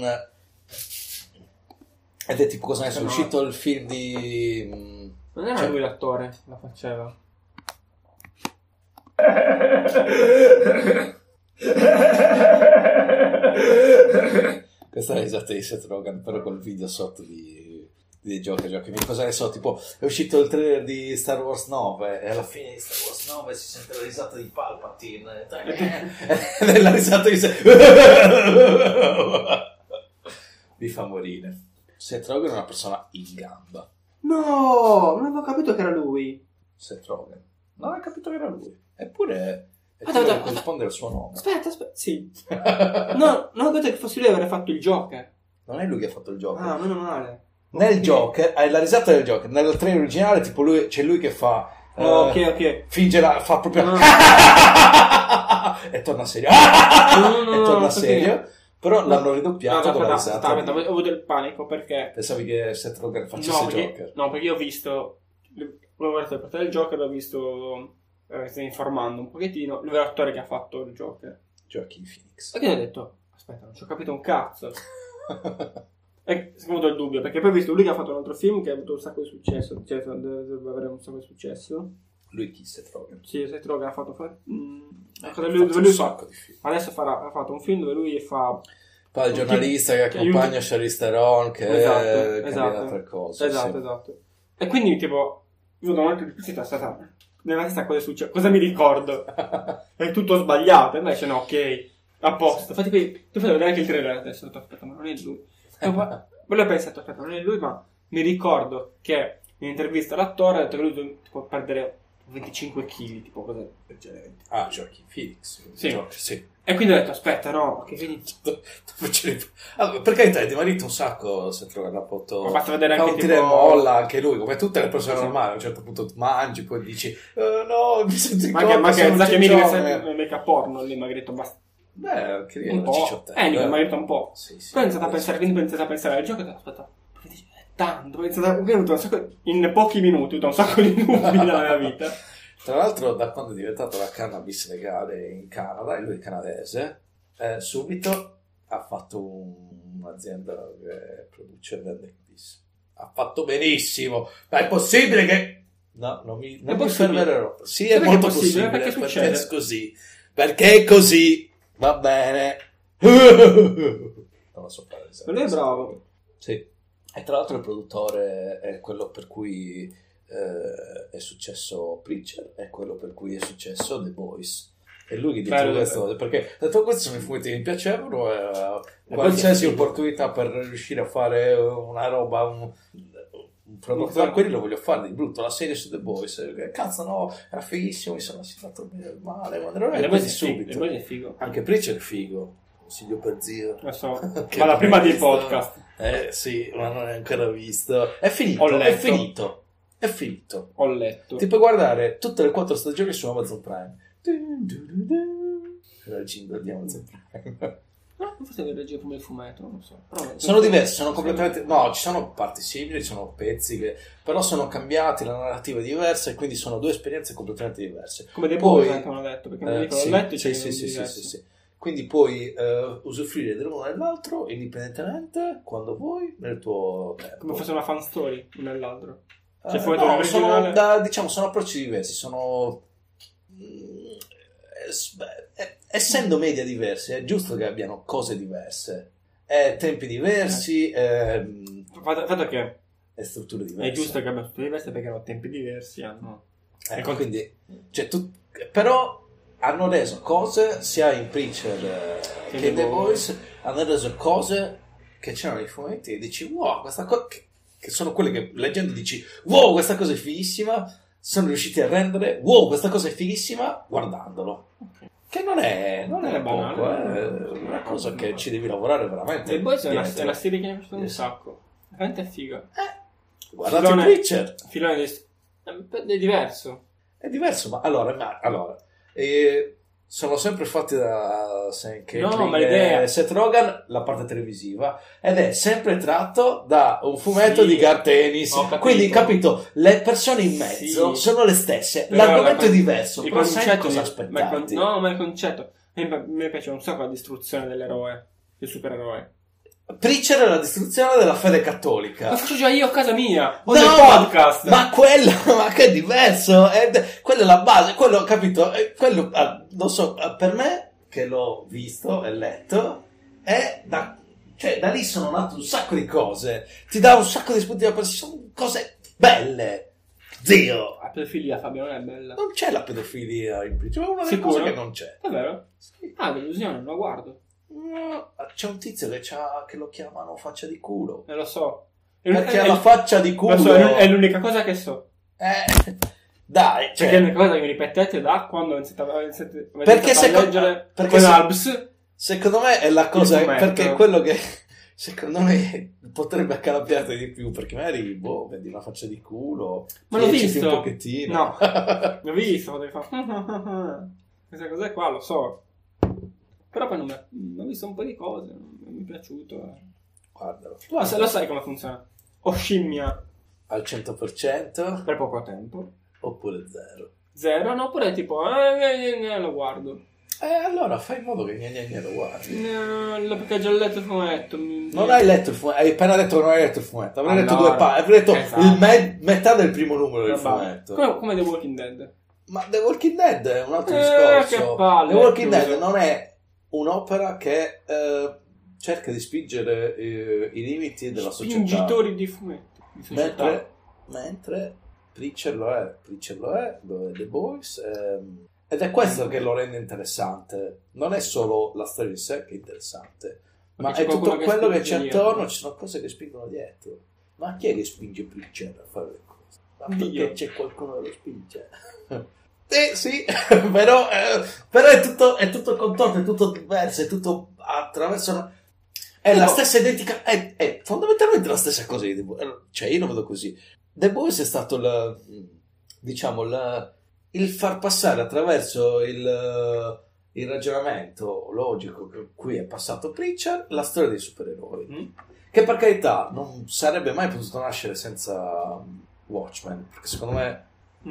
è tipo, cosa ne so, è uscito il film di... Non era lui l'attore, la faceva. Questa è l'esatta di Seth Rogen, però col video sotto di Joker. Cosa ne so, tipo è uscito il trailer di Star Wars 9 e alla fine di Star Wars 9 si sente la risata di Palpatine e la risata di mi fa morire. Seth Rogen è una persona in gamba. No, non avevo capito che era lui. Seth Rogen non hai capito che era lui, eppure E deve corrispondere al suo nome. Aspetta, sì. No, non ho detto che fosse lui ad aver fatto il Joker. Non è lui che ha fatto il Joker. Ah, meno male. Nel Joker, hai la risata del Joker. Nel trailer originale, tipo c'è lui che fa... ok. Finge fa proprio... e torna serio. E torna serio. Però l'hanno ridoppiato con la risata. Aspetta, ho avuto il panico perché... Pensavi che Seth Rogen facesse Joker? No, perché io ho visto... Ho guardato il portale del Joker, l'ho visto... stai informando un pochettino. Lui è l'attore che ha fatto il Joker. Joaquin Phoenix. Perché ho detto... Aspetta, non ci ho capito un cazzo. E ho avuto il dubbio, perché poi ho visto lui che ha fatto un altro film che ha avuto un sacco di successo, cioè deve avere un sacco di successo. Lui chi? Seth Rogen? Sì, Seth Rogen ha fatto sacco di film. Adesso ha fatto un film dove lui fa il giornalista che accompagna Charlize Theron che candida tre cose. Esatto. E quindi tipo io da un momento di curiosità è stata nella testa cosa è successo, cosa mi ricordo? È tutto sbagliato, invece no, ok, a posto. Infatti poi tu fai vedere anche il trailer adesso, aspetta, ma non è lui. Poi ho pensato, aspetta, non è lui, ma mi ricordo che in intervista l'attore ha detto che lui può perdere 25 kg, tipo cos'è del genere. Ah, Joaquin Phoenix. Sì. E quindi ho detto, aspetta, no, che vedi... Per carità, è dimagrito un sacco, se trovi un rapporto... Ma basta vedere anche un tira e molla, anche lui, come tutte le persone normali, a un certo punto mangi, poi dici, no, mi sento in colpa, ma che mi make up porno, lì magari detto, basta. Beh, che un po'. Mi ha detto un po'. Sì, poi ho iniziato a pensare, quindi ho iniziato a pensare al gioco e ho detto, aspetta, è tanto, in pochi minuti ho avuto un sacco di dubbi nella mia vita. Tra l'altro, da quando è diventata la cannabis legale in Canada, e lui è canadese, subito ha fatto un'azienda che produce cannabis. Ha fatto benissimo, ma è possibile che... No, non mi fermerò. Sì, è molto possibile, perché è così. Perché è così. Va bene. Non lo so fare. Ma lui è bravo. Sì. E tra l'altro il produttore è quello per cui è successo Preacher, è quello per cui è successo The Boys. È lui che dice questo, perché detto questi sono i fumetti che mi piacevano e qualsiasi opportunità per riuscire a fare una roba, un prodotto da quelli lo voglio fare di brutto. La serie su The Boys, cazzo no, era fighissimo, mi sono lasciato male, ma non è così subito. è figo. Anche Preacher è figo, consiglio per zio. Lo so, ma la prima dei podcast. Sì, ma non è ancora visto. È finito. Ho letto. Ti puoi guardare tutte le 4 stagioni su Amazon Prime. Era il jingle di Amazon Prime. No, forse devo leggere come il fumetto, non lo so. Sono diversi, sono completamente... No, ci sono parti simili, ci sono pezzi che... Però sono cambiati, la narrativa è diversa e quindi sono due esperienze completamente diverse. Come dei Boys anche hanno detto, perché mi dicono, ho letto sì. Quindi puoi usufruire dell'uno e dell'altro indipendentemente, quando vuoi, nel tuo tempo. Come fosse una fan story, uno nell'altro. No, sono approcci diversi, sono... essendo media diversi è giusto che abbiano cose diverse, tempi diversi, fatto che e strutture diverse. È giusto che abbiano strutture diverse perché hanno tempi diversi, quindi, cioè, però hanno reso cose sia in Preacher che in The Boys, hanno reso cose che c'erano nei fumetti e dici wow, questa cosa che sono quelle che leggendo dici wow, questa cosa è fighissima, sono riusciti a rendere wow, questa cosa è fighissima guardandolo. Okay. Che non è banale, poco, è una cosa che ci devi lavorare veramente. E poi è una serie che mi è piaciuta un sacco, veramente figa. Guardate Preacher. Filone è diverso. È diverso, ma allora sono sempre fatti da Sam Campbell e Seth Rogen, la parte televisiva, ed è sempre tratto da un fumetto di Garth Ennis. Quindi, capito, le persone in mezzo sono le stesse, però l'argomento è diverso, però sai cosa aspettarti. Ma il concetto, a me piace un sacco la distruzione dell'eroe, del supereroe. Preacher è la distruzione della fede cattolica. Lo faccio già io a casa mia, o nel podcast. Ma che è diverso. Quella è la base, quello, capito? Quello, non so, per me, che l'ho visto e letto, da lì sono nate un sacco di cose. Ti dà un sacco di spunti da pensare, sono cose belle. Zio! La pedofilia, Fabio, non è bella. Non c'è la pedofilia in Preacher, è una delle cose che non c'è. È vero? Sì. Delusione, non la guardo. C'è un tizio che lo chiamano faccia di culo. Lo so. Perché ha la faccia di culo. Lo so, è l'unica cosa che so. Dai, cioè... Perché è una cosa che mi ripetete da quando avete perché iniziato a leggere perché Albs. Secondo me è la cosa, Il fumetto. perché è quello che secondo me potrebbe accalappiarti di più, perché magari vendi una faccia di culo, ma l'ho piegiti visto un pochettino. No, l'ho visto quando mi fa questa cosa qua, lo so, però poi ho visto un po' di cose, non mi è piaciuto. Guardalo. Lo sai come funziona? O scimmia Al 100% per poco tempo oppure zero. Zero, no, oppure tipo lo guardo. Allora fai in modo che lo guardi. No, perché ho già letto il fumetto. Non hai letto il fumetto, hai appena detto che non hai letto il fumetto. Avrei letto Allora, due pagine, avrei letto esatto. metà del primo numero del fumetto. Come The Walking Dead. Ma The Walking Dead è un altro discorso. Che palle, The Walking chiuso. Dead non è un'opera che cerca di spingere i limiti della società. Spingitori di fumetti. Mentre Preacher lo è The Boys, ed è questo che lo rende interessante. Non è solo la storia in sé che è interessante, ma è tutto quello che c'è attorno. Ci sono cose che spingono dietro. Ma chi è che spinge Preacher a fare le cose? Ma perché c'è qualcuno che lo spinge? Sì, però è tutto contorto, è tutto diverso, è tutto attraverso. È la stessa identica, è fondamentalmente la stessa cosa di The Boys. Cioè, io lo vedo così. The Boys è stato il far passare attraverso il ragionamento logico con cui è passato Preacher la storia dei supereroi. Che per carità non sarebbe mai potuto nascere senza Watchmen, perché secondo me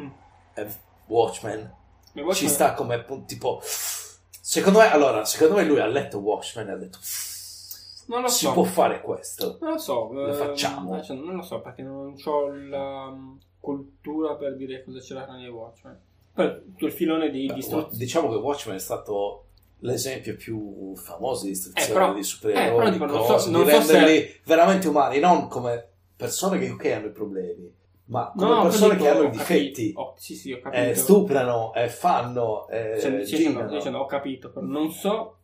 Watchmen ci sta come tipo, secondo me lui ha letto Watchmen e ha detto non lo si so. può fare questo, non lo so, lo facciamo. Non lo so, perché non ho la cultura per dire cosa c'era nei Watchmen. Poi tutto il filone di distruzione. Diciamo che Watchmen è stato l'esempio più famoso di distruzione però, di supereroi, però dico, non so renderli veramente umani, non come persone che hanno i problemi, ma come persone che hanno i difetti. Sì, ho capito. Stuprano, fanno, dicendo, ho capito, però non so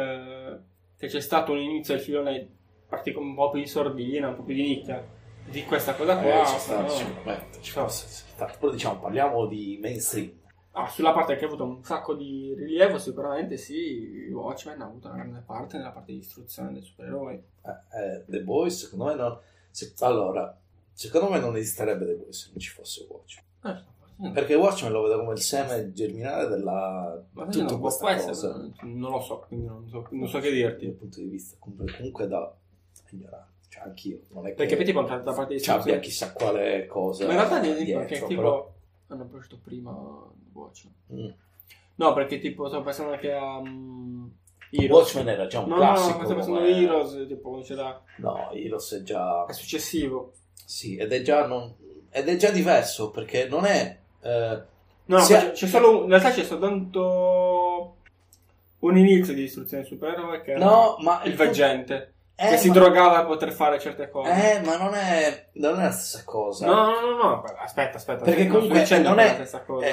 se c'è stato un inizio del filone un po' più in sordina, un po' più di nicchia di questa cosa qua. Sicuramente ci fosse stato. Però diciamo, parliamo di mainstream. Sulla parte che ha avuto un sacco di rilievo, sicuramente sì. Watchmen ha avuto una grande parte nella parte di istruzione dei supereroi. The Boys, secondo me non. Secondo me non esisterebbe The Boys se non ci fosse Watchmen. Perché Watchmen lo vedo come il seme germinale della tutta questa cosa. Non lo so, quindi non so che dirti. Dal punto di vista comunque da ignorante. Cioè anch'io. Non è che perché tipo da parte di abbia chissà quale cosa. Ma in realtà dico dietro, che tipo però hanno approcciato prima Watchmen. No, perché tipo sto pensando che a Heroes. Watchmen era già un classico. No, sto pensando a Heroes, tipo c'era. No, Heroes è già. È successivo. Sì, ed è già diverso perché non è. C'è solo. In realtà c'è soltanto un inizio di distruzione supereroe che era il veggente. Che si drogava per poter fare certe cose. Ma non è la stessa cosa. No. Aspetta. Perché comunque non è la stessa cosa.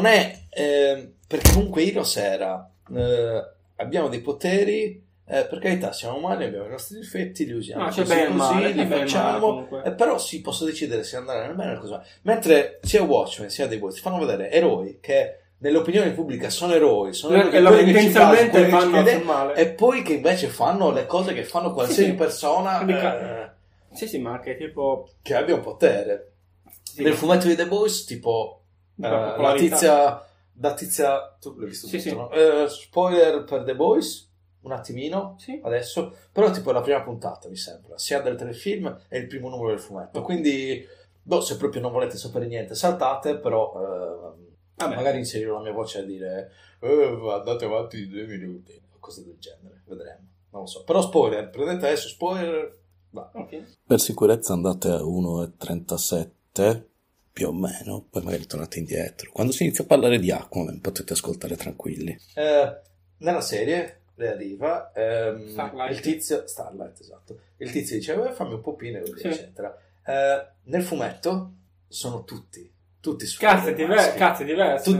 Perché comunque Heroes era. Abbiamo dei poteri. Per carità, siamo umani, abbiamo i nostri difetti, li usiamo così, li facciamo. Però si posso decidere se andare nel bene o nel cosa. Mentre sia Watchmen sia The Boys ti fanno vedere eroi che nell'opinione pubblica sono eroi, che intenzionalmente vanno sul male, e poi che invece fanno le cose che fanno qualsiasi persona sì, ma che tipo che abbia un potere. Nel fumetto di The Boys tipo la tizia tu l'hai visto tutto, no? Spoiler per The Boys un attimino adesso, però tipo la prima puntata mi sembra sia del telefilm e il primo numero del fumetto, quindi se proprio non volete sapere niente saltate, però magari inserire la mia voce a dire andate avanti di 2 minuti o cose del genere, vedremo, non lo so, però spoiler, prendete adesso spoiler, okay. Per sicurezza andate a 1:37 più o meno, poi magari tornate indietro, quando si inizia a parlare di Aquaman potete ascoltare tranquilli. Nella serie arriva il tizio Starlight, esatto, il tizio dice fammi un popino e così eccetera. Nel fumetto sono tutti cazzo diversi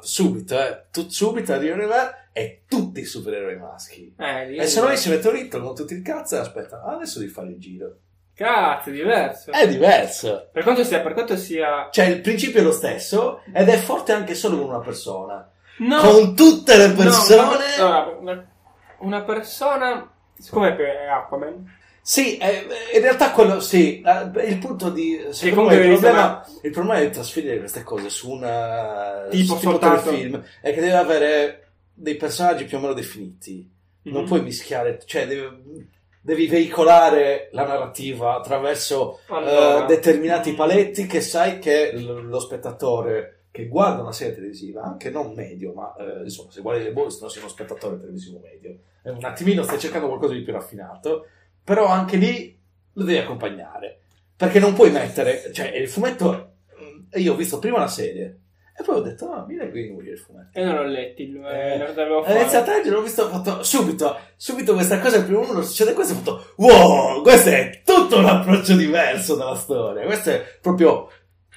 subito arrivano e tutti supereroi maschi, e se no si mettono lì, tolgono tutti il cazzo e aspetta adesso devi fare il giro, Cazzo, è diverso. È diverso. Per quanto sia... Cioè, il principio è lo stesso ed è forte anche solo con una persona. No. Con tutte le persone... No, una persona... Siccome è Aquaman... Sì, in realtà quello... Sì, il punto di... Secondo me il problema di trasferire queste cose su un tipo soltanto film è che deve avere dei personaggi più o meno definiti. Non puoi mischiare... Cioè, devi veicolare la narrativa attraverso determinati paletti che sai che lo spettatore che guarda una serie televisiva, anche non medio, ma insomma, se guardi The Boys non sei uno spettatore televisivo medio, un attimino stai cercando qualcosa di più raffinato, però anche lì lo devi accompagnare, perché non puoi mettere, cioè il fumetto, io ho visto prima la serie e poi ho detto, mi leggo il fumetto. E non l'ho letto, ho iniziato a leggere, l'ho visto, ho fatto subito questa cosa, il primo uno succede questo, ho fatto, wow, questo è tutto un approccio diverso della storia, questo è proprio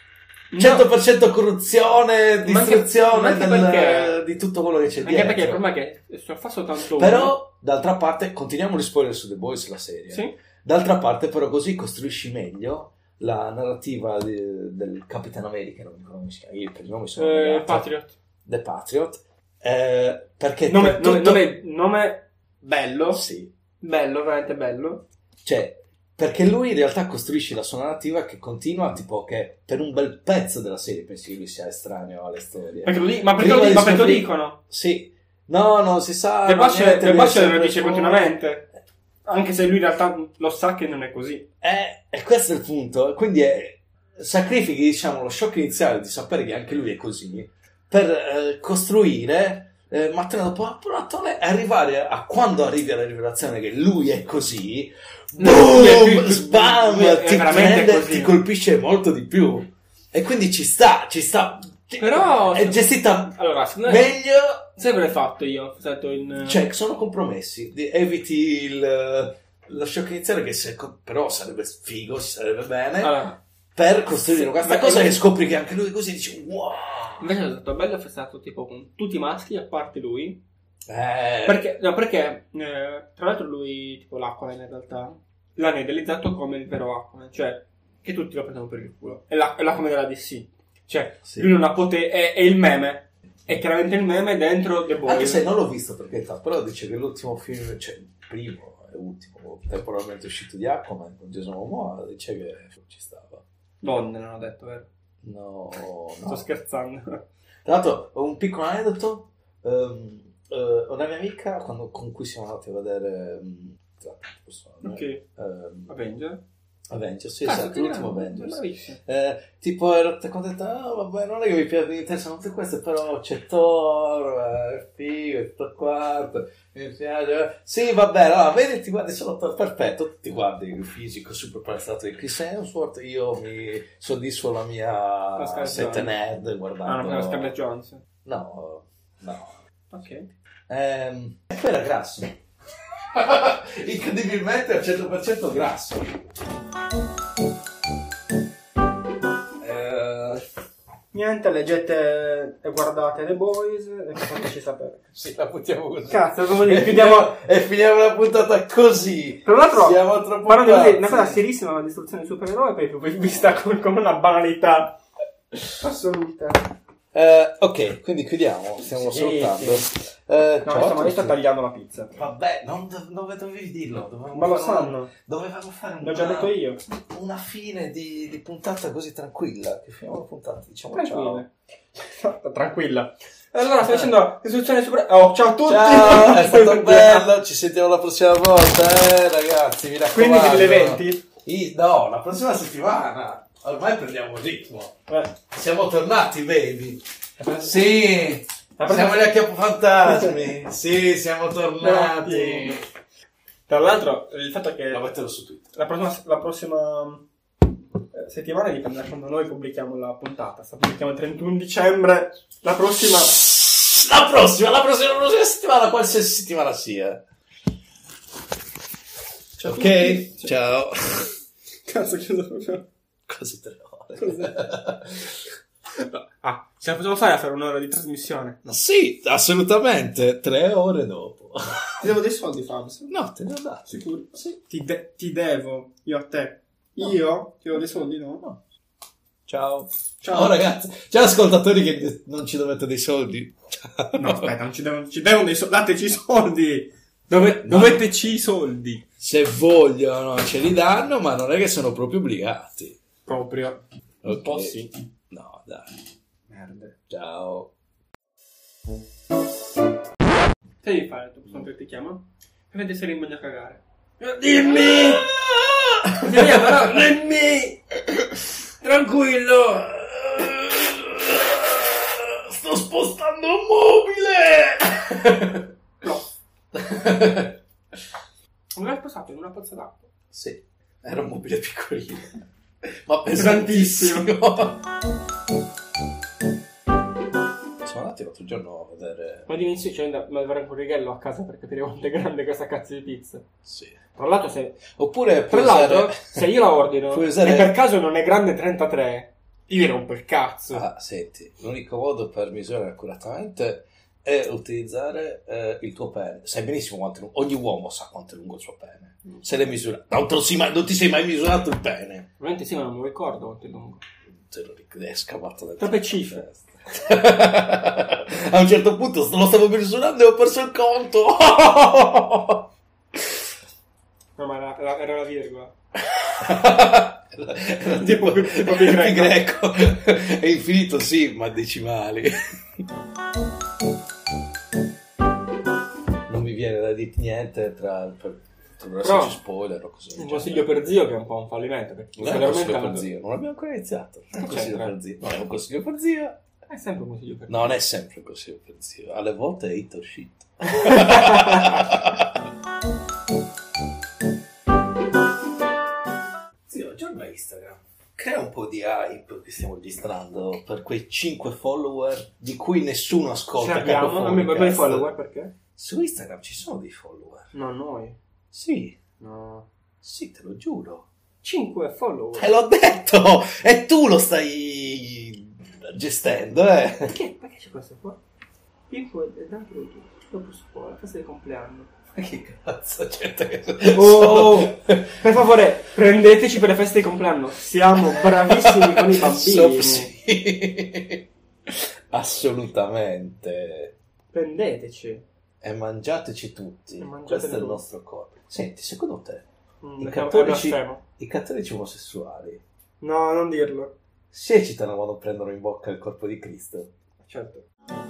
100% corruzione, distruzione di tutto quello che c'è dietro. Anche perché il problema è che fa soltanto però, d'altra parte, continuiamo gli spoiler su The Boys, la serie. Sì. D'altra parte, però, così costruisci meglio la narrativa del Capitan America, non mi ricordo come si chiama, io per il nome sono Patriot. The Patriot, perché nome bello. Sì. Bello, veramente bello. Cioè, perché lui in realtà costruisce la sua narrativa che continua, tipo che per un bel pezzo della serie pensi che lui sia estraneo alle storie. Perché lo dicono? Sì. No, non si sa. The Butcher lo dice continuamente. Anche se lui in realtà lo sa che non è così. E questo è il punto. Quindi sacrifichi, diciamo, lo shock iniziale di sapere che anche lui è così per costruire mattone dopo mattone e arrivare a quando arrivi alla rivelazione che lui è così. Boom! Sbam! Ti colpisce molto di più. E quindi ci sta. Però è gestita meglio. Sempre fatto io. Cioè, sono compromessi. Eviti lo shock iniziale, che però sarebbe figo, sarebbe bene. Per costruire questa cosa che scopri che anche lui così dici wow. Invece è stato bello, è stato tipo con tutti i maschi a parte lui. Perché tra l'altro lui, tipo l'Aquaman in realtà, l'hanno idealizzato come il vero Aquaman, cioè che tutti lo prendono per il culo. È l'Aquaman della DC. Cioè, sì. Lui non ha potere, è il meme. È chiaramente il meme dentro The Boys. Anche se non l'ho visto per carità, però dice che l'ultimo film, cioè il primo e ultimo temporalmente uscito di Aquaman con Jason Momoa, dice che ci stava. Donne non ho detto, vero? No. Sto scherzando. Tra l'altro, un piccolo aneddoto. Una mia amica con cui siamo andati a vedere Avengers, sì, esatto, l'ultimo Avengers. Tipo ero contenta, vabbè, non è che mi interessano tutte queste, però c'è Thor, è figo, è tutto quanto, mi piace. Sì, vabbè, allora vedi, ti guardi solo Thor, perfetto, ti guardi il fisico super prestato di Chris Hemsworth, io mi soddisfo la mia sette nerd guardando. No, Scarlett Johansson. No. Ok. E poi era grasso. Incredibilmente al 100% grasso. Niente, leggete e guardate The Boys e fateci sapere. Sì, la buttiamo così. Cazzo, come chiudiamo e finiamo la puntata così. Tra l'altro, siamo troppo una cosa serissima, la distruzione di supereroi, poi vista come una banalità assoluta. Ok, quindi chiudiamo, stiamo salutando. No, sto tagliando la pizza. Vabbè, non dovevi dirlo. Ma lo sanno. Dovevamo fare l'ho già detto io. Una fine di puntata così tranquilla. Che finiamo la puntata, diciamo tranquilla. Ciao. Tranquilla. Allora, stai facendo istruzione super... Oh, ciao a tutti! Ciao, è stato bello, ci sentiamo la prossima volta, ragazzi, mi raccomando. Quindi le 20? No, la prossima settimana. Ormai prendiamo il ritmo. Siamo tornati, baby. Sì, siamo gli Acchiappofantasmi. Sì, siamo tornati. Tra l'altro, il fatto è che metterò su Twitter. La prossima settimana dipende da quando noi pubblichiamo la puntata. Pubblichiamo il 31 dicembre. La prossima settimana, qualsiasi settimana sia. Ciao ok? Ciao. Cazzo, chiuso proprio. Quasi 3 ore. Ce la possiamo fare a fare un'ora di trasmissione? No. Sì, assolutamente. 3 ore dopo. Ti devo dei soldi, Fabs? No, te ne ho dato. Sicuro? Sì. Ti devo, io a te. Io? Ti do dei soldi, no? No. Ciao. Ciao ragazzi. Ciao ascoltatori che non ci dovete dei soldi. No, aspetta, non ci devono dei soldi. Dateci i soldi. Doveteci i soldi. Se vogliono ce li danno, ma non è che sono proprio obbligati. Proprio. Un po' sì. No, dai. Merda. Ciao. Che devi fare tu? Quando ti chiama? Fai essere in bagno a cagare. Dimmi! Dimmi! Tranquillo! Sto spostando un mobile! No. Non l'hai spostato in una pozza d'acqua? Sì, era un mobile piccolino. Ma pesantissimo. Sono andati l'altro giorno a vedere... Ma d'inizio c'è da avere un righello a casa per capire quanto è grande questa cazzo di pizza. Sì. Tra l'altro se io la ordino e per caso non è grande 33, io rompo il cazzo. Ah, senti, l'unico modo per misurare accuratamente è utilizzare il tuo pene. Sai benissimo quanto è lungo. Ogni uomo sa quanto è lungo il suo pene. Se l'è misurato. Non ti sei mai misurato il pene. Ovviamente sì, ma non mi ricordo quanto è lungo. Te lo ricordi, è scavato dal troppe cifre. A un certo punto lo stavo misurando e ho perso il conto. No, ma era la virgola. Era tipo greco. È infinito, sì, ma decimali. Non mi viene da dire niente per non esserci spoiler o così. Un consiglio per zio che è un po' un fallimento. Non è un consiglio per zio, non abbiamo ancora iniziato. Non è un consiglio per zio. Non è un consiglio per zio. È sempre un consiglio per zio. Non è sempre un consiglio per zio. Alle volte è hit or shit. Zio, aggiorna Instagram. Crea un po' di hype che stiamo registrando per quei 5 follower di cui nessuno ascolta. Abbiamo i follower perché? Su Instagram ci sono dei follower. No, noi. Sì. No. Sì, te lo giuro. 5 follower. Te l'ho detto! E tu lo stai gestendo, Perché c'è questo qua? Pippo è dentro tu. Dopo scuola, festa di compleanno. Ma che cazzo, gente che... Per favore, prendeteci per le feste di compleanno. Siamo bravissimi con i bambini. Sì. Assolutamente. Prendeteci. E mangiateci tutti. Questo è il nostro corpo. Senti, secondo te i cattolici omosessuali no, non dirlo, si eccitano quando prendono in bocca il corpo di Cristo? Certo.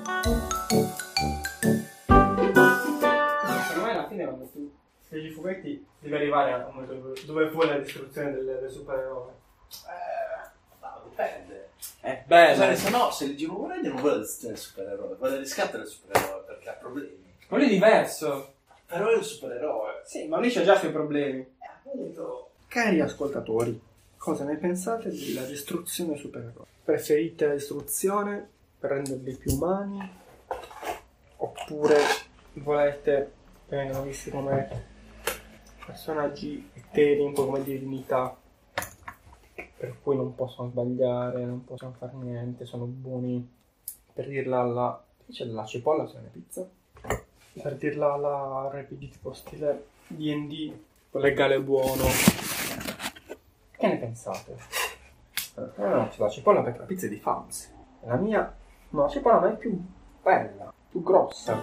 Secondo me alla fine quando tu leggi i fumetti devi arrivare a un momento dove vuoi la distruzione del supereroe. Dipende. È bello. Se no, se leggi i fumetti non vuole la distruzione del supereroe, vuole il riscatto del supereroe perché ha problemi. Quello è diverso. Però è un supereroe. Sì, ma lui c'ha già i suoi problemi. Appunto. Cari ascoltatori, cosa ne pensate della distruzione dei supereroi? Preferite la distruzione per renderli più umani? Oppure volete che vengano visti come personaggi eteri, un po' come divinità, per cui non possono sbagliare, non possono fare niente, sono buoni, per dirla alla... Che c'è della cipolla sulla pizza? Per dirla alla RPG tipo stile D&D, legale buono. Che ne pensate? No, c'è la cipolla perché la pizza è di Fams. La mia... No, la cipolla ma è più bella, più grossa.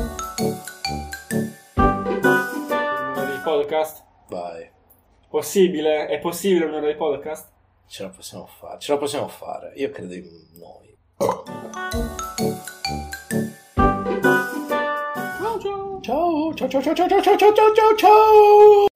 Un'ora di podcast? Vai. Possibile? È possibile un'ora di podcast? Ce la possiamo fare. Io credo in noi. Ciao. Ciao.